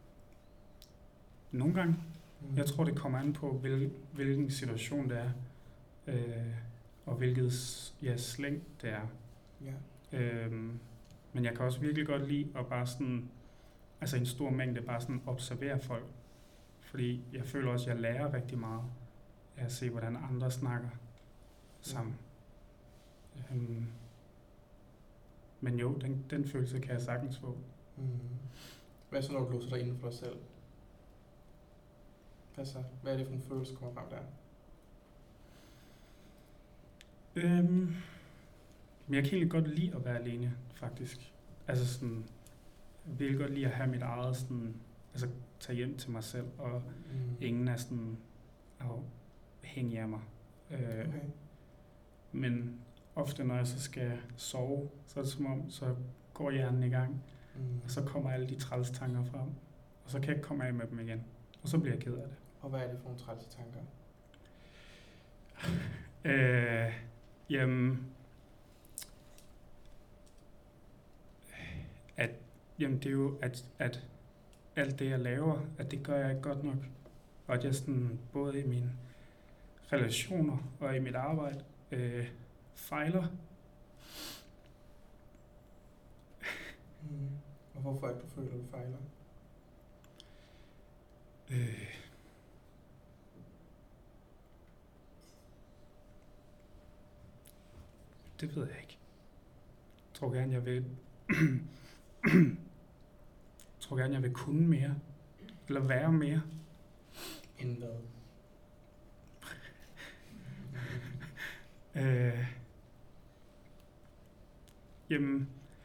Nogle gange. Mm. Jeg tror, det kommer an på, hvil, hvilken situation det er, øh, og hvilket ja, slæng det er. Ja. Øhm, men jeg kan også virkelig godt lide at bare sådan, altså en stor mængde, bare sådan observere folk. Fordi jeg føler også, at jeg lærer rigtig meget af at se, hvordan andre snakker sammen. Ja. Øhm, men jo, den, den følelse kan jeg sagtens få. Mm. Hvad så, når du låser dig inden for dig selv? Hvad så? Hvad er det for en følelse, der kommer frem der? Øhm, men jeg kan egentlig godt lide at være alene, faktisk. Altså sådan, jeg vil godt lide at have mit eget sådan, altså tage hjem til mig selv, og Mm. ingen er sådan afhængig af mig. Øh, Okay. Men ofte, når jeg så skal sove, så er det som om, så går hjernen i gang, Mm. og så kommer alle de træls tanker frem, og så kan jeg ikke komme af med dem igen. Og så bliver jeg ked af det. Og hvad er det for nogle trælse tanker? Øh, jamen, at, jamen, det er jo, at, at alt det, jeg laver, at det gør jeg ikke godt nok. Og at jeg sådan, både i mine relationer og i mit arbejde, øh, fejler. Mm. Og hvorfor er det, du føler, du fejler? Øh, det ved jeg ikke. Jeg tror gerne, jeg vil... jeg tror gerne, jeg vil kunne mere. Eller være mere. Inden hvad? Øh, jamen...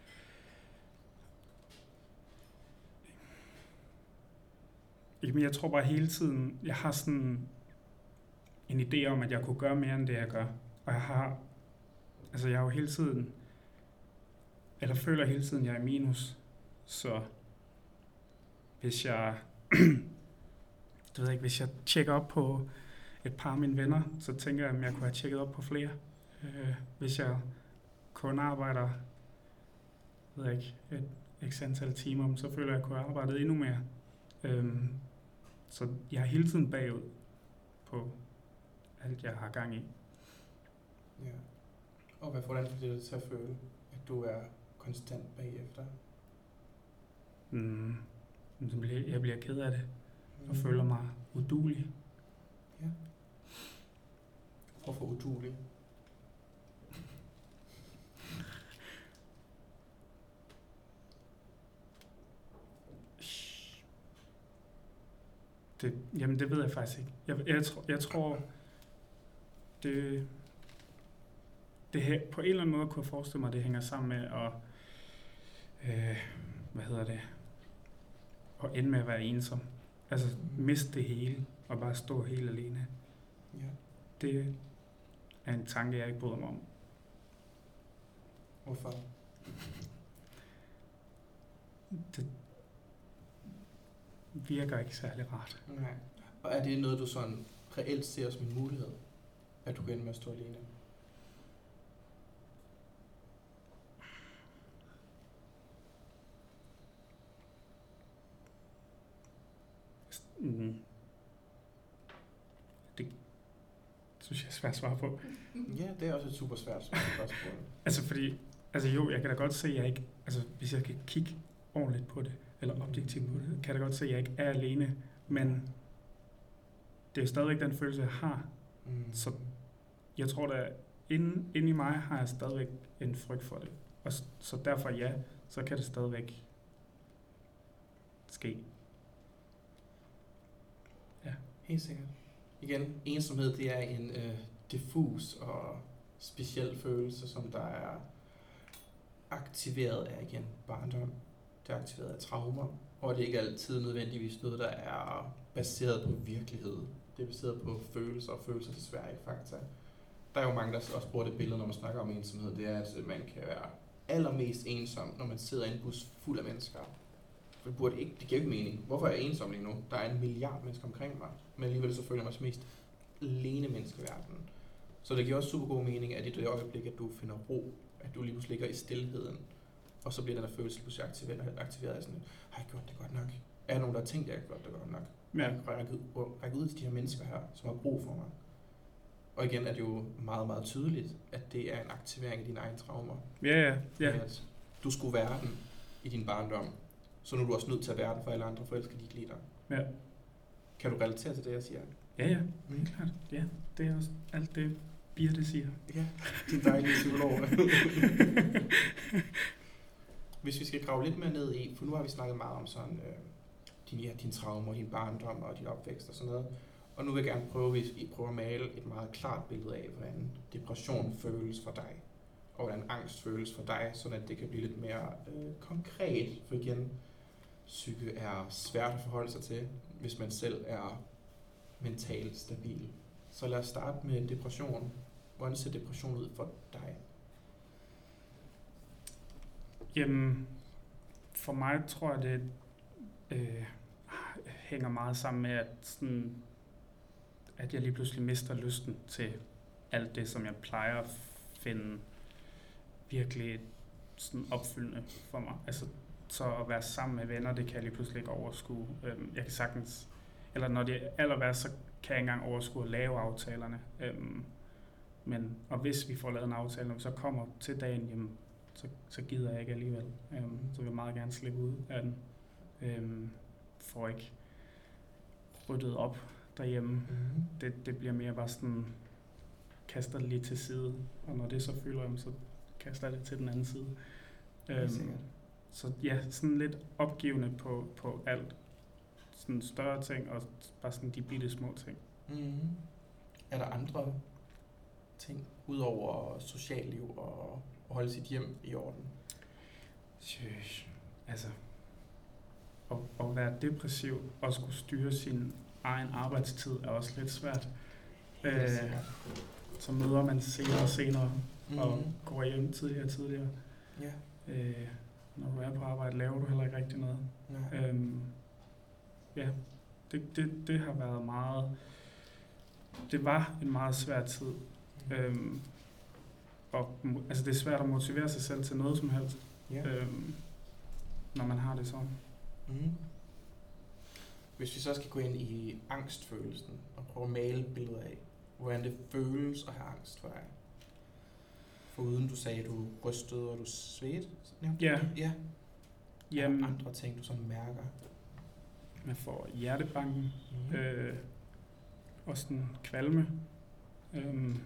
Jamen, jeg tror bare hele tiden, jeg har sådan en idé om, at jeg kunne gøre mere end det, jeg gør. Og jeg har, altså jeg har jo hele tiden, eller føler hele tiden, jeg er i minus. Så hvis jeg, det ved jeg ikke, hvis jeg tjekker op på et par af mine venner, så tænker jeg, at jeg kunne have tjekket op på flere. Øh, hvis jeg kun arbejder, ved jeg ikke, et x antal timer, så føler jeg, at jeg kunne have arbejdet endnu mere. Øhm, så jeg er hele tiden bagud på alt, jeg har gang i. Ja. Og hvad hvordan får det dig til at føle, at du er konstant bagefter? Mm, så bliver, jeg bliver ked af det, og Mm. føler mig uduelig. Ja. Hvorfor uduelig? Det, jamen, det ved jeg faktisk ikke. Jeg, jeg, tror, jeg tror, det, det her, på en eller anden måde kunne jeg forestille mig, at det hænger sammen med at, øh, hvad hedder det, at ende med at være ensom. Altså miste det hele, og bare stå helt alene. Ja. Det er en tanke, jeg ikke bryder mig om. Hvorfor? Det virker ikke særlig rart. Nej. Og er det noget, du sådan reelt ser som en mulighed, at du kan ende med at stå alene? Mm. Det synes jeg er svært at svare på. Ja, det er også et super svært spørgsmål. Altså fordi, altså jo, jeg kan da godt se, at jeg ikke, altså hvis jeg kan kigge ordentligt på det, eller objektivt på det, kan jeg da godt se, at jeg ikke er alene, men det er stadigvæk den følelse, jeg har. Mm. Så jeg tror da, inde, inde i mig har jeg stadigvæk en frygt for det. Og s- så derfor ja, så kan det stadigvæk ske. Helt sikkert. Igen, ensomhed, det er en øh, diffus og speciel følelse, som der er aktiveret af igen barndom. Det er aktiveret af traumer, og det er ikke altid nødvendigvis noget, der er baseret på virkelighed. Det er baseret på følelser, og følelser desværre ikke fakta. Der er jo mange, der også bruger det billede, når man snakker om ensomhed. Det er, at man kan være allermest ensom, når man sidder i en bus fuld af mennesker. For det, burde ikke, det giver ikke mening. Hvorfor er jeg ensom lige nu? Der er en milliard mennesker omkring mig, men alligevel så føler jeg mig som mest alene menneske i verden. Så det giver også super god mening, at i det øjeblik, at du finder ro, at du lige pludselig ligger i stilheden, og så bliver den der følelse pludselig aktiveret, aktiveret af sådan, har jeg gjort det godt nok? Er der nogen, der har tænkt, at jeg har gjort det godt nok? Ja. Jeg kan række ud, række ud til de her mennesker her, som har brug for mig. Og igen er det jo meget, meget tydeligt, at det er en aktivering af dine egne traumer. Ja, ja, ja. At du skulle være den i din barndom, så nu er du også nødt til at være den for alle andre, for ellers kan de ikke lide dig. Ja. Kan du relatere til det, jeg siger? Ja, ja, Mm. helt klart. Ja, det er også alt det, Birte siger. Ja, din dejlige psykolog. Hvis vi skal grave lidt mere ned i, for nu har vi snakket meget om sådan, øh, din, ja, din traumer, din barndom og din opvækst og sådan noget. Og nu vil jeg gerne prøve, hvis I prøver at male et meget klart billede af, hvordan depression føles for dig. Og hvordan angst føles for dig, sådan at det kan blive lidt mere øh, konkret. For igen, psyke er svært at forholde sig til, hvis man selv er mentalt stabil. Så lad os starte med depression. Hvordan ser depression ud for dig? Jamen, for mig tror jeg, det øh, hænger meget sammen med, at, sådan, at jeg lige pludselig mister lysten til alt det, som jeg plejer at finde virkelig sådan opfyldende for mig. Altså, så at være sammen med venner, det kan jeg lige pludselig ikke overskue. Øhm, jeg kan sagtens, eller når det er aller værst, så kan jeg ikke engang overskue at lave aftalerne. Øhm, men, og hvis vi får lavet en aftale, når vi så kommer til dagen, jamen, så, så gider jeg ikke alligevel. Øhm, så vil jeg meget gerne slippe ud af den. Øhm, for ikke ryddet op derhjemme. Mm-hmm. Det, det bliver mere bare sådan, kaster det lige til side, og når det så fylder dem, så kaster jeg det til den anden side. Øhm, så ja, sådan lidt opgivende på, på alt. Sådan større ting, og bare sådan de bitte små ting. Mm-hmm. Er der andre ting, udover socialliv og at holde sit hjem i orden? Sjøs. Altså, at, at være depressiv og skulle styre sin egen arbejdstid er også lidt svært. Øh, så møder man senere og senere, mm-hmm. og går hjem tidligere og tidligere. Ja. Øh, når du er på arbejde, laver du heller ikke rigtig noget. Ja. Øhm, ja, det, det, det har været meget... Det var en meget svær tid. Mm. Øhm, og, altså det er svært at motivere sig selv til noget som helst, Ja. øhm, når man har det sådan. Mm. Hvis vi så skal gå ind i angstfølelsen og prøve at male et billede af, hvordan det føles at have angst for dig. Foruden du sagde, at du rystede og du svedte. Ja. Ja. Jamen, Og andre ting, du sådan mærker. man får hjertebanken, Mm. øh, og sådan kvalme. Øhm,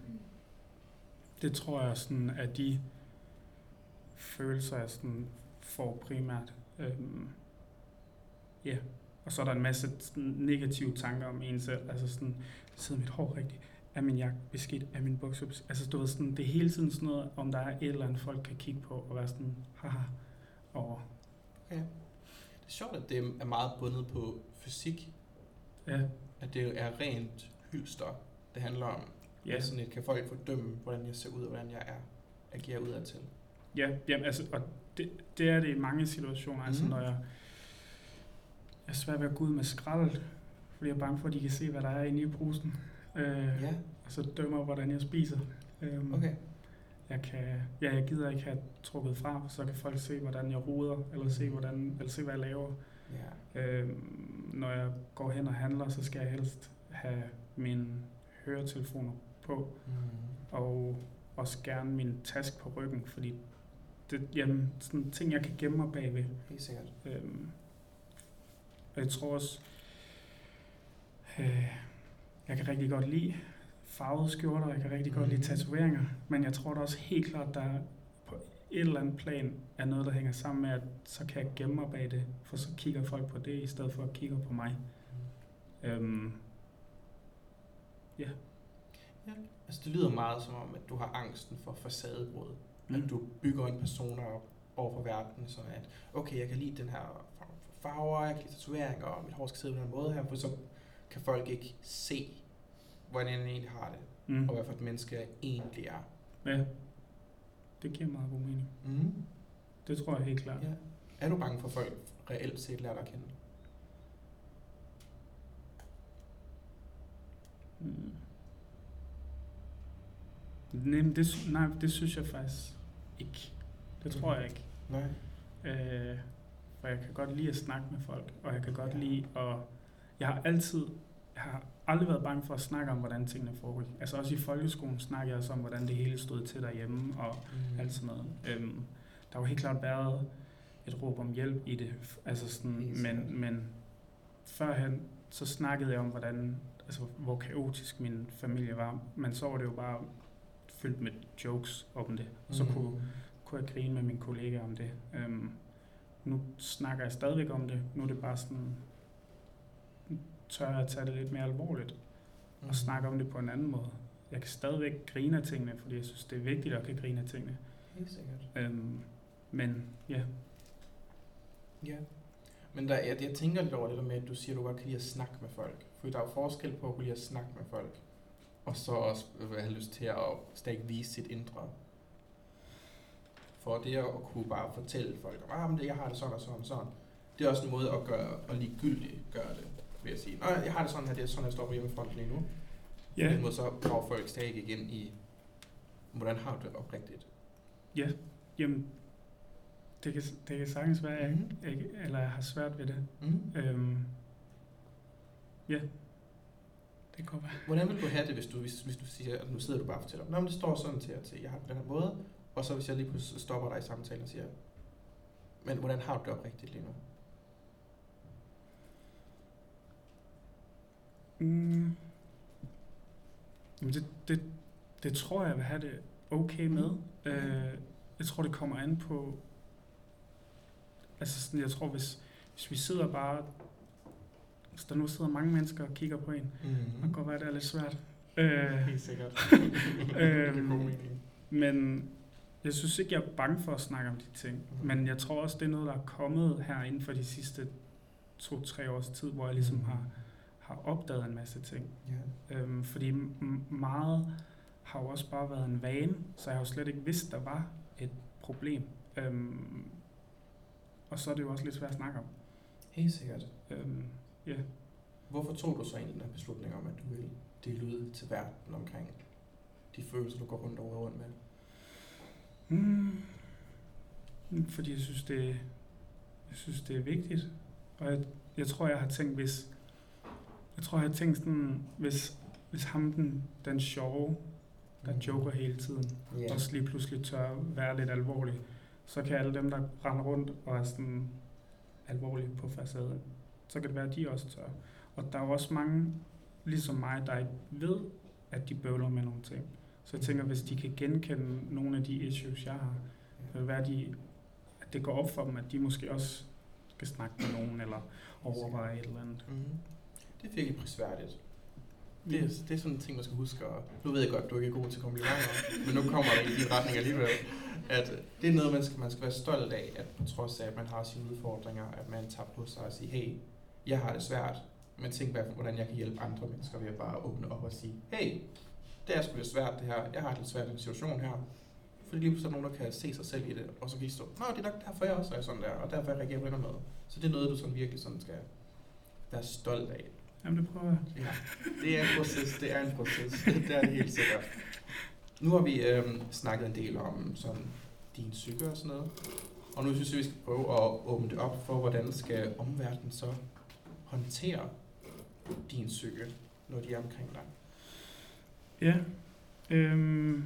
det tror jeg sådan er de følelser, jeg sådan får primært. Øhm, ja. Og så er der en masse sådan negative tanker om en selv. Altså sådan, sidder mit hår rigtigt? Er min jakke beskidt? Er min bukser beskidt? Altså du ved sådan, det er hele tiden sådan noget, om der er et eller andet, folk kan kigge på og være sådan, haha, over. Ja. Det er sjovt, at det er meget bundet på fysik. Ja, At det er rent hylster, det handler om. ja. Ja. Sådan et, kan folk fordømme, hvordan jeg ser ud og hvordan jeg er, agerer udadtil. Ja, jamen, altså, og det, det er det i mange situationer, altså Mhm. når jeg, jeg er svært ved at gå ud med skrald, fordi jeg er bange for, at de kan se, hvad der er inde i posen, øh, Ja, og så dømmer, hvordan jeg spiser. Um, okay. Jeg kan, ja, jeg gider ikke have trukket fra, så kan folk se, hvordan jeg roder, eller se, hvordan, eller se hvad jeg laver. Ja. Øhm, når jeg går hen og handler, så skal jeg helst have mine høretelefoner på, Mm. og også gerne min taske på ryggen, fordi det jamen, sådan ting, jeg kan gemme mig bagved. Helt sikkert. Øhm, og jeg tror også, øh, jeg kan rigtig godt lide farvede skjorter, jeg kan rigtig godt lide Mhm. tatoveringer, men jeg tror da også helt klart, der på et eller andet plan er noget, der hænger sammen med, at så kan jeg gemme mig bag det, for så kigger folk på det, i stedet for at kigge på mig. Øhm, ja. Ja. Altså det lyder meget som om, at du har angsten for facadebrud. Mm. Mm. At du bygger en person op over for verden, så at, okay, jeg kan lide den her form for farver, jeg kan lide tatoveringer, og mit hår skal sidde på den måde her, for så kan folk ikke se, hvordan jeg egentlig har det, Mm. og hvad for et menneske jeg egentlig er. Ja, det giver meget god mening. Mm. Det tror jeg helt klart. Ja. Er du bange for, at folk reelt set lærer dig at kende? Mm. Nej, men det, sy- nej, det synes jeg faktisk ikke. Det tror jeg ikke. Nej. Øh, for jeg kan godt lide at snakke med folk, og jeg kan godt Ja. lide at... Jeg har altid... Jeg har aldrig været bange for at snakke om, hvordan tingene foregik. Altså også i folkeskolen snakkede jeg også om, hvordan det hele stod til derhjemme, og Mm. alt sådan noget. Øhm, der har jo helt klart været et råb om hjælp i det. Altså sådan, Helt sikkert. men, men førhen, så snakkede jeg om, hvordan, altså, hvor kaotisk min familie var. Men så var det jo bare fyldt med jokes om det. Og så Mm. kunne, kunne jeg grine med mine kollegaer om det. Øhm, nu snakker jeg stadigvæk om det. Nu er det bare sådan, nu tør jeg at tage det lidt mere alvorligt Mm. og snakke om det på en anden måde. Jeg kan stadigvæk grine af tingene, fordi jeg synes, det er vigtigt at kan grine af tingene. Helt sikkert. Øhm, men ja, Ja. Men der, jeg, jeg tænker lidt over det der med, at du siger, at du godt kan lide at snakke med folk. For der er jo forskel på at kunne lide at snakke med folk, og så også øh, have lyst til at stadig vise sit indre. For det at kunne bare fortælle folk, at ah, men det, jeg har det sådan og sådan og sådan, det er også en måde at gøre, og ligegyldigt gøre det, vil jeg sige. Nå, jeg har det sådan her, det er sådan, jeg står på hjemmefronten lige nu. På ja, den måde så drager folk stadig igen i, hvordan har du det oprigtigt? ja, jamen, det kan, det kan sagtens være, at jeg, Mhm. ikke, eller jeg har svært ved det. Mm. Øhm, ja, det kan godt være. Hvordan vil du have det, hvis du, hvis, hvis du siger, at nu sidder du bare og fortæller, nå, men det står sådan til, at jeg har det på den her måde, og så hvis jeg lige pludselig stopper dig i samtalen og siger, men hvordan har du det oprigtigt lige nu? Mm. Jamen det, det, det tror jeg vil have det okay med. Mm. Øh, jeg tror, det kommer an på... Altså sådan, jeg tror, hvis, hvis vi sidder bare... Hvis der nu sidder mange mennesker og kigger på en, Mm. det kan godt være, det er lidt svært. Øh, Helt sikkert. Øhm, det er god mening. men jeg synes ikke, jeg er bange for at snakke om de ting. Mhm. Men jeg tror også, det er noget, der er kommet her inden for de sidste to-tre års tid, hvor jeg ligesom Mhm. har, har opdaget en masse ting. Ja. Øhm, fordi m- meget har jo også bare været en vane, så jeg har jo slet ikke vidst, der var et problem. Øhm, og så er det jo også lidt svært at snakke om. Helt sikkert. Øhm, ja. Hvorfor tog du så egentlig den her beslutning om, at du ville dele ud til verden omkring de følelser, du går rundt og rundt med? Mm. Fordi jeg synes, det, jeg synes, det er vigtigt. Og jeg, jeg tror, jeg har tænkt, hvis... Jeg tror, jeg har tænkt sådan, hvis, hvis ham, den, den sjove, der Mhm. joker hele tiden, Ja. også lige pludselig tør være lidt alvorlig, så kan alle dem, der render rundt og er sådan alvorlige på facaden, så kan det være, at de også tør. Og der er jo også mange, ligesom mig, der ikke ved, at de bøvler med nogle ting. Så jeg tænker, hvis de kan genkende nogle af de issues, jeg har, så kan det være, at, de, at det går op for dem, at de måske også skal snakke med nogen, eller overveje et eller andet. Mm. Det er virkelig prisværdigt. Det er, det er sådan en ting, man skal huske. Og nu ved jeg godt, at du ikke er god til komplimenter, men nu kommer det i din retning alligevel. At det er noget, man skal, man skal være stolt af, at på trods af, at man har sine udfordringer, at man tager på sig og siger, hey, jeg har det svært, men tænk bare, hvordan jeg kan hjælpe andre mennesker ved at bare åbne op og sige, hey, det er sgu lidt svært det her, jeg har det lidt svært i en situation her. Fordi lige pludselig er nogen, der kan se sig selv i det, og så kan I stå, nå, det er nok derfor, jeg også er sådan der, og derfor jeg reagerer på den måde. Så det er noget, du sådan virkelig sådan skal være stolt af. Jamen, det prøver jeg. Ja, det er en proces, det er en proces, det er det helt sikkert. Nu har vi øhm, snakket en del om sådan din psyke og sådan noget. Og nu synes jeg, vi skal prøve at åbne det op for, hvordan skal omverdenen så håndtere din psyke, når de er omkring dig. Ja. Øhm,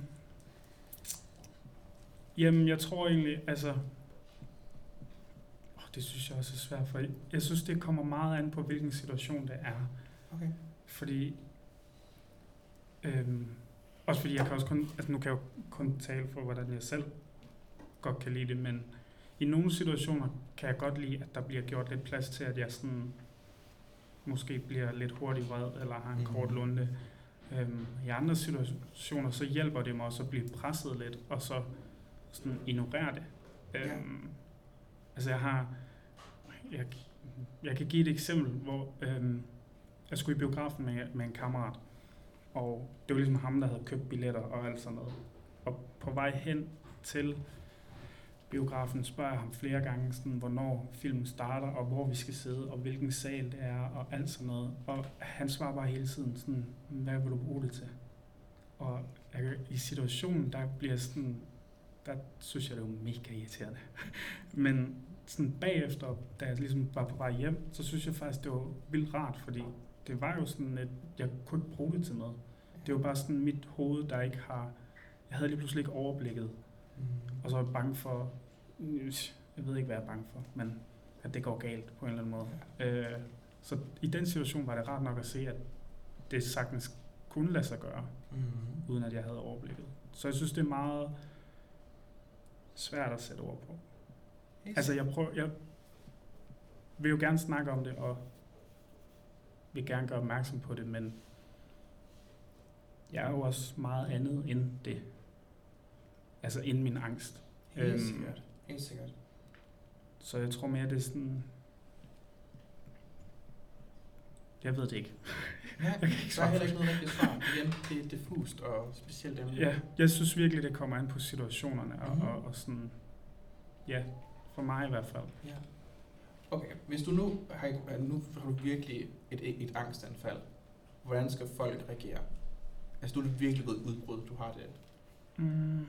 jamen, jeg tror egentlig, altså... Oh, det synes jeg også er svært, for jeg synes, det kommer meget an på, hvilken situation det er. Okay. Fordi... Øhm, også fordi jeg kan også kun... Altså, nu kan jeg jo kun tale for, hvordan jeg selv godt kan lide det, men i nogle situationer kan jeg godt lide, at der bliver gjort lidt plads til, at jeg sådan... måske bliver lidt hurtigt vred, eller har en mm. kort lunde. Øhm, I andre situationer, så hjælper det mig også at blive presset lidt, og så sådan ignorere det. Øhm, Ja. Altså jeg har, jeg, jeg kan give et eksempel, hvor øhm, jeg skulle i biografen med, med en kammerat, og det var ligesom ham, der havde købt billetter og alt sådan noget. Og på vej hen til biografen spørger jeg ham flere gange, sådan, hvornår filmen starter, og hvor vi skal sidde, og hvilken sal det er, og alt sådan noget. Og han svarer bare hele tiden sådan, hvad vil du bruge det til? Og jeg, i situationen, der bliver sådan, der synes jeg, det er jo mega irriterende. Men sådan bagefter, da jeg ligesom var på vej hjem, så synes jeg faktisk, det var vildt rart, fordi det var jo sådan, at jeg kunne ikke bruge det til noget. Det var bare sådan mit hoved, der ikke har, jeg havde lige pludselig ikke overblikket. Mm. Og så er jeg bange for, jeg ved ikke, hvad jeg er bange for, men at det går galt på en eller anden måde. Ja. Øh, så i den situation var det rart nok at se, at det sagtens kunne lade sig gøre, Mm. uden at jeg havde overblikket. Så jeg synes, det er meget svært at sætte ord på. Helt Altså, jeg prøver, jeg vil jo gerne snakke om det, og vil gerne gøre opmærksom på det, men jeg er jo også meget andet end det. Altså, end min angst. Helt Øhm, sikkert. Helt sikkert. Så jeg tror mere, det er sådan... Jeg ved det ikke. Ja, Jeg kan ikke der er svare heller på ikke noget rigtigt svar. Igen, det er diffust og specielt emne. Ja, jeg synes virkelig, det kommer an på situationerne, og, Mhm. og, og sådan... Ja, for mig i hvert fald. Ja. Okay, hvis du nu har, nu har du virkelig et, et angstanfald, hvordan skal folk reagere? Altså, du er virkelig ved udbrud, du har det. Mm.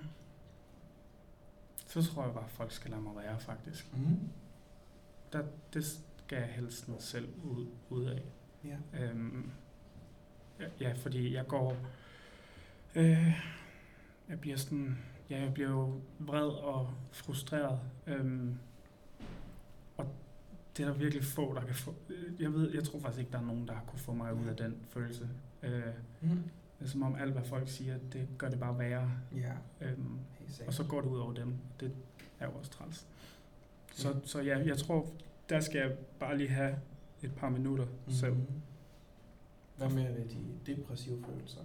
Så tror jeg bare, at folk skal lade mig være, faktisk. Mm. Der, det skal jeg helst sådan selv ud, ud af. Ja. Øhm, ja, ja, fordi jeg går... Øh, jeg bliver sådan... Ja, jeg bliver jo vred og frustreret. Øhm, og det er der virkelig få, der kan få... Jeg ved, jeg tror faktisk ikke, der er nogen, der har kunne få mig ud af den følelse. Øh, Mm. det er som om alt, hvad folk siger, det gør det bare værre. Ja, Øhm, helt sikkert. og så går det ud over dem. Det er jo også træls. Så, så ja, jeg tror, der skal jeg bare lige have et par minutter mm. selv. Mhm. Hvad med de depressive følelser?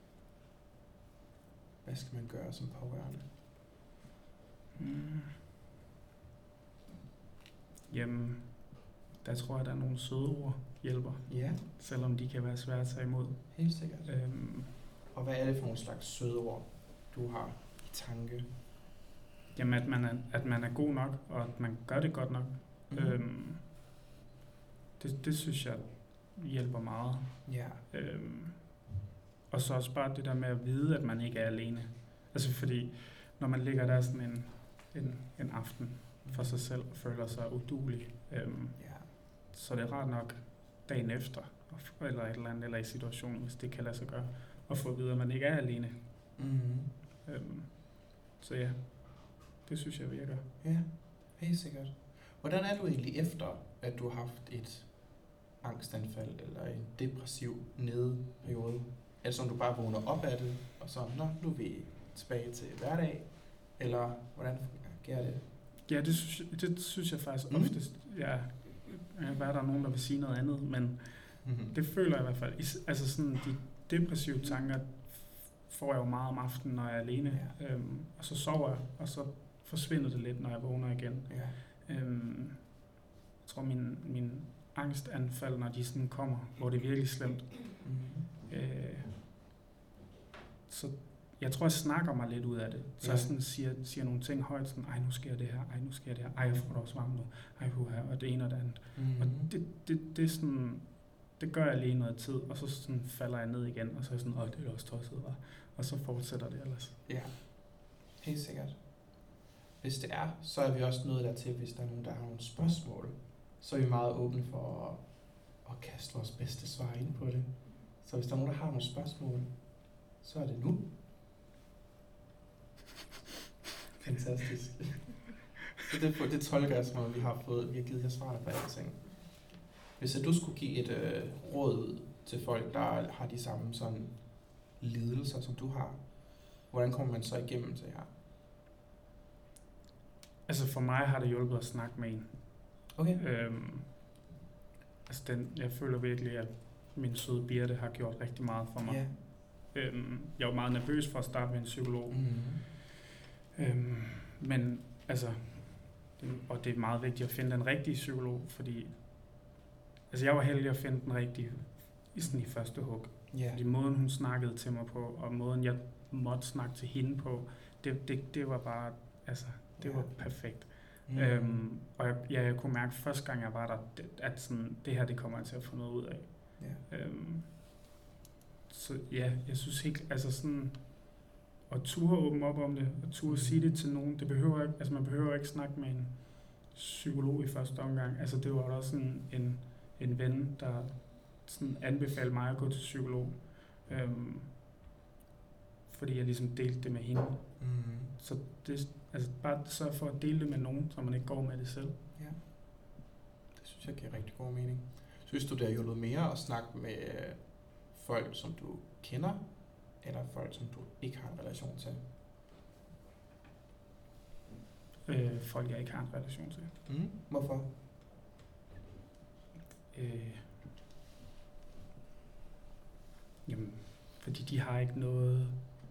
Hvad skal man gøre som pårørende? Mm. Jamen, der tror jeg, der er nogle søde ord hjælper, Ja, selvom de kan være svære at tage imod. helt sikkert. Øhm, Og hvad er det for nogle slags søde ord, du har i tanke? jamen, at man, er, at man er god nok, og at man gør det godt nok. Mhm. Mm. Øhm, det, det synes jeg hjælper meget. Ja. Øhm, og så også bare det der med at vide, at man ikke er alene. Altså fordi, når man ligger der sådan en, en, en aften for sig selv og føler sig uduelig, øhm, Ja. så det er rart nok dagen efter, og- eller et eller andet, eller i situationen, hvis det kan lade sig gøre, at få at vide, at man ikke er alene. Mm. Øhm, så ja, det synes jeg virker. Ja, helt sikkert. Hvordan er du egentlig efter, at du har haft et angstanfald eller en depressiv nedeperiode? Er det sådan, du bare vågner op af det, og så, nå, nu er vi tilbage til hverdag? Eller hvordan fungerer det? Ja, det synes, jeg- det synes jeg faktisk Mm. oftest. Ja, jeg hvad er der nogen, der vil sige noget andet, men Mm-hmm. det føler jeg i hvert fald. Is- Altså sådan, de depressive tanker får jeg jo meget om aftenen, når jeg er alene. Ja. Øhm, og så sover jeg, og så forsvinder det lidt, når jeg vågner igen. Ja. Øhm, jeg tror, min, min angstanfald, når de sådan kommer, hvor det er virkelig slemt. Mm-hmm. Øh, så jeg tror, jeg snakker mig lidt ud af det. Så Ja. jeg sådan siger, siger nogle ting højt, sådan, ej, nu sker det her, ej, nu sker det her, ej, jeg får da også varmt nu, ej, huha, og det ene og det andet. Mm-hmm. Og det, det, det er sådan, det gør jeg lige noget tid, og så sådan falder jeg ned igen, og så er jeg sådan, åh, det er da også tosset, hva? Og så fortsætter det ellers. Ja, helt sikkert. hvis det er, så er vi også nået dertil, hvis der er nogen, der har nogle spørgsmål, så er vi meget åbne for at, at kaste vores bedste svar ind på det. Så hvis der er nogen, der har nogle spørgsmål, så er det nu. Fantastisk. Så det, det tolker jeg som, at vi har fået, vi har givet jer svarene på alting. Hvis at du skulle give et øh, råd til folk, der har de samme sådan lidelser, som du har, hvordan kommer man så igennem det her? Altså for mig har det hjulpet at snakke med en. Okay. Øhm, altså den, jeg føler virkelig, at min søde Birte har gjort rigtig meget for mig. Yeah. Øhm, jeg var meget nervøs for at starte med en psykolog. Mm. Øhm, men altså, den, og det er meget vigtigt at finde den rigtige psykolog, fordi altså jeg var heldig at finde den rigtige i, sådan i første hug. Yeah. Fordi måden hun snakkede til mig på, og måden jeg måtte snakke til hende på, det, det, det var bare, altså, det Ja. var perfekt. Mm. Øhm, og jeg, ja, jeg kunne mærke første gang jeg var der, det, at sådan, det her, det kommer jeg til at få noget ud af. Yeah. Øhm, så ja, jeg synes helt, altså sådan, at turde åbne op om det, og turde sige det til nogen, det behøver ikke, altså man behøver ikke snakke med en psykolog i første omgang. Altså det var også sådan en, en ven, der sådan anbefalede mig at gå til psykolog, øhm, fordi jeg ligesom delte det med hende. Mm. Så det, altså bare sørg for at dele det med nogen, så man ikke går med det selv. Ja. Det synes jeg giver rigtig god mening. Synes du, det har hjulpet mere at snakke med folk, som du kender, eller folk, som du ikke har en relation til? Øh, folk, jeg ikke har en relation til. Mm. Hvorfor? Øh, jamen, fordi de har ikke noget,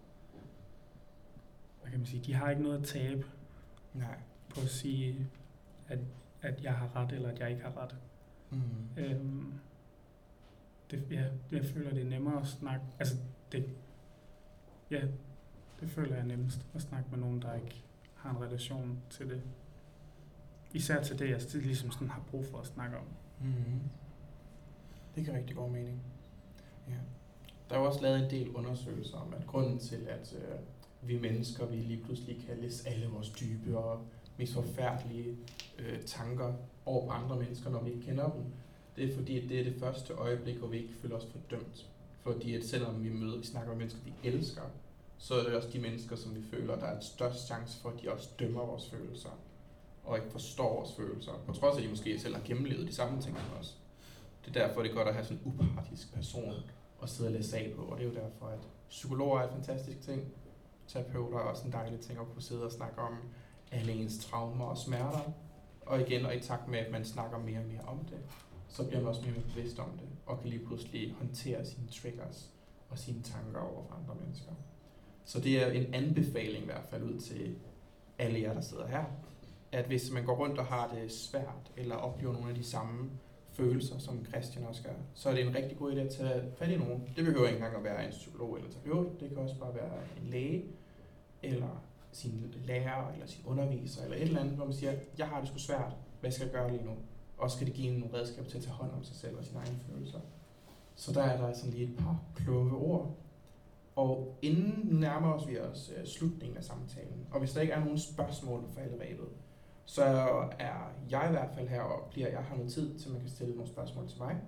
hvad kan man sige, de har ikke noget at tabe Nej. på at sige, at, at jeg har ret, eller at jeg ikke har ret. Mm. Øhm, det, ja, jeg føler, det er nemmere at snakke, altså det, ja, det føler jeg er nemmest at snakke med nogen, der ikke har en relation til det. Især til det, jeg ligesom sådan har brug for at snakke om. Mm. Det giver rigtig god mening. Ja. Der er jo også lavet en del undersøgelser om, at grunden til, at øh, vi mennesker, vi lige pludselig kan læse alle vores dybe og mest forfærdelige øh, tanker over på andre mennesker, når vi ikke kender dem, det er fordi, at det er det første øjeblik, hvor vi ikke føler os fordømt. Fordi at selvom vi møder, vi snakker om mennesker, vi elsker, så er det også de mennesker, som vi føler, der er en størst chance for, at de også dømmer vores følelser, og ikke forstår vores følelser, på trods af, at de måske selv har gennemlevet de samme ting som os. Det er derfor, det er godt at have sådan en upartisk person at sidde og læse af på, og det er jo derfor, at psykologer er en fantastisk ting. Terapeuter er også en dejlig ting at kunne sidde og snakke om alle ens traumer og smerter. Og igen, og i takt med, at man snakker mere og mere om det, så bliver man også mere og mere bevidst om det, og kan lige pludselig håndtere sine triggers og sine tanker over for andre mennesker. Så det er en anbefaling i hvert fald ud til alle jer, der sidder her, at hvis man går rundt og har det svært, eller oplever nogle af de samme følelser, som Christian også gør, så er det en rigtig god idé at tage fat i nogen. Det behøver ikke engang at være en psykolog eller terapeut, det kan også bare være en læge, eller sin lærer, eller sin underviser, eller et eller andet, hvor man siger, jeg har det sgu svært, hvad skal jeg gøre lige nu? Og så skal det give en nogle redskaber til at tage hånd om sig selv og sine egne følelser. Så der er der sådan lige et par kloge ord. Og inden nu nærmer os vi os uh, slutningen af samtalen, og hvis der ikke er nogen spørgsmål på falderebet, så er jeg i hvert fald her, og bliver jeg har noget tid til, man kan stille nogle spørgsmål til mig.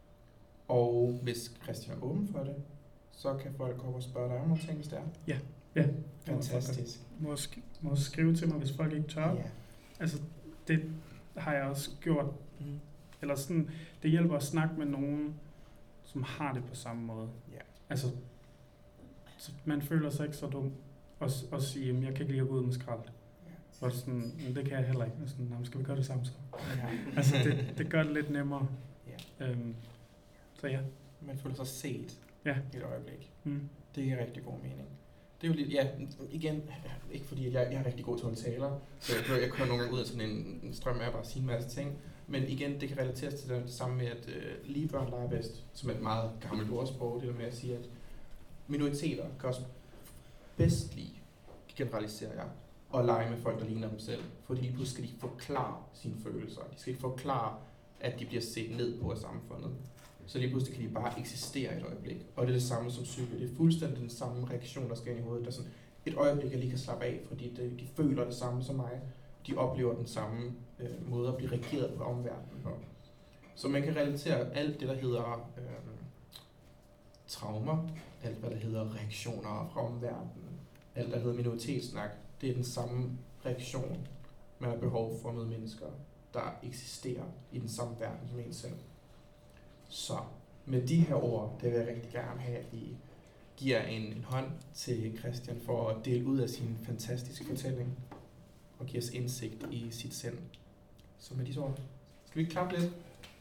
Og hvis Christian er åben for det, så kan folk komme og spørge dig om nogle ting, hvis det er. Ja, ja. Fantastisk. Må, sk- må skrive til mig, hvis folk ikke tør. Ja. Altså, det har jeg også gjort. Mm. Eller sådan, det hjælper at snakke med nogen, som har det på samme måde. Ja. Altså, så man føler sig ikke så dum og, og sige, at jeg kan ikke lide at gå ud med skrald. Og sådan, det kan jeg heller ikke. Og sådan, skal vi gøre det sammen så? Ja. Altså, det, det gør det lidt nemmere. Ja. Øhm, så ja. Man føler sig set Ja. et øjeblik. Mm. Det giver rigtig god mening. Det er jo lidt, ja, igen, ikke fordi jeg, jeg er rigtig god til at holde taler, så jeg, jeg kører nogle gange ud af sådan en, en strøm af bare at sige en masse ting, men igen, det kan relateres til det samme med, at øh, lige børn leger bedst, som er et meget gammelt ordsprog, det der med at sige, at minoriteter kan også bedst lide, generaliserer jeg, og lege med folk, der ligner dem selv, fordi lige pludselig skal de ikke forklare sine følelser, de skal ikke forklare, at de bliver set ned på af samfundet. Så lige pludselig kan de bare eksistere et øjeblik. Og det er det samme som psyke. Det er fuldstændig den samme reaktion, der sker ind i hovedet. Der er sådan, et øjeblik, jeg lige kan slappe af, fordi de, de føler det samme som mig. De oplever den samme øh, måde at blive reageret på omverdenen på. Så man kan relatere alt det, der hedder øh, traumer, alt hvad der hedder reaktioner fra omverdenen, alt der hedder minoritetssnak, det er den samme reaktion, man har behov for med mennesker, der eksisterer i den samme verden som en selv. Så med de her ord, det vil jeg rigtig gerne have, at I giver en, en hånd til Christian for at dele ud af sin fantastiske fortælling og give os indsigt i sit sind. Så med disse ord, skal vi ikke klappe lidt?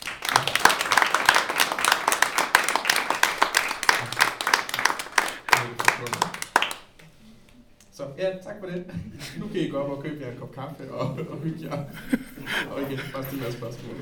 Så ja, tak for det. Nu kan I gå op og købe jer en kop kaffe og, og hygge jer. Og igen, bare stille mere spørgsmål.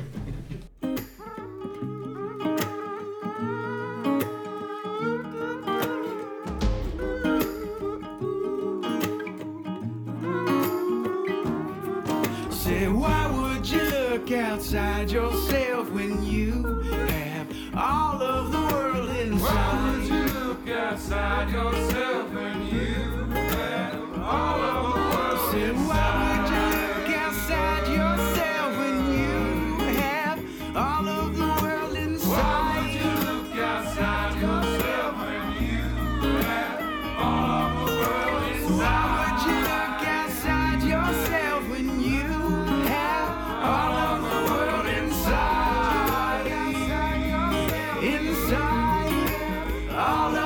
Say, why would you look outside yourself when you have all of the world inside? Why would you look outside yourself when you have all of the world inside? Say, why would you look outside yourself when you have all of the world inside? Why would you look outside yourself when you have all of the world inside? Why would you look outside yourself when you all of the world inside, inside, all of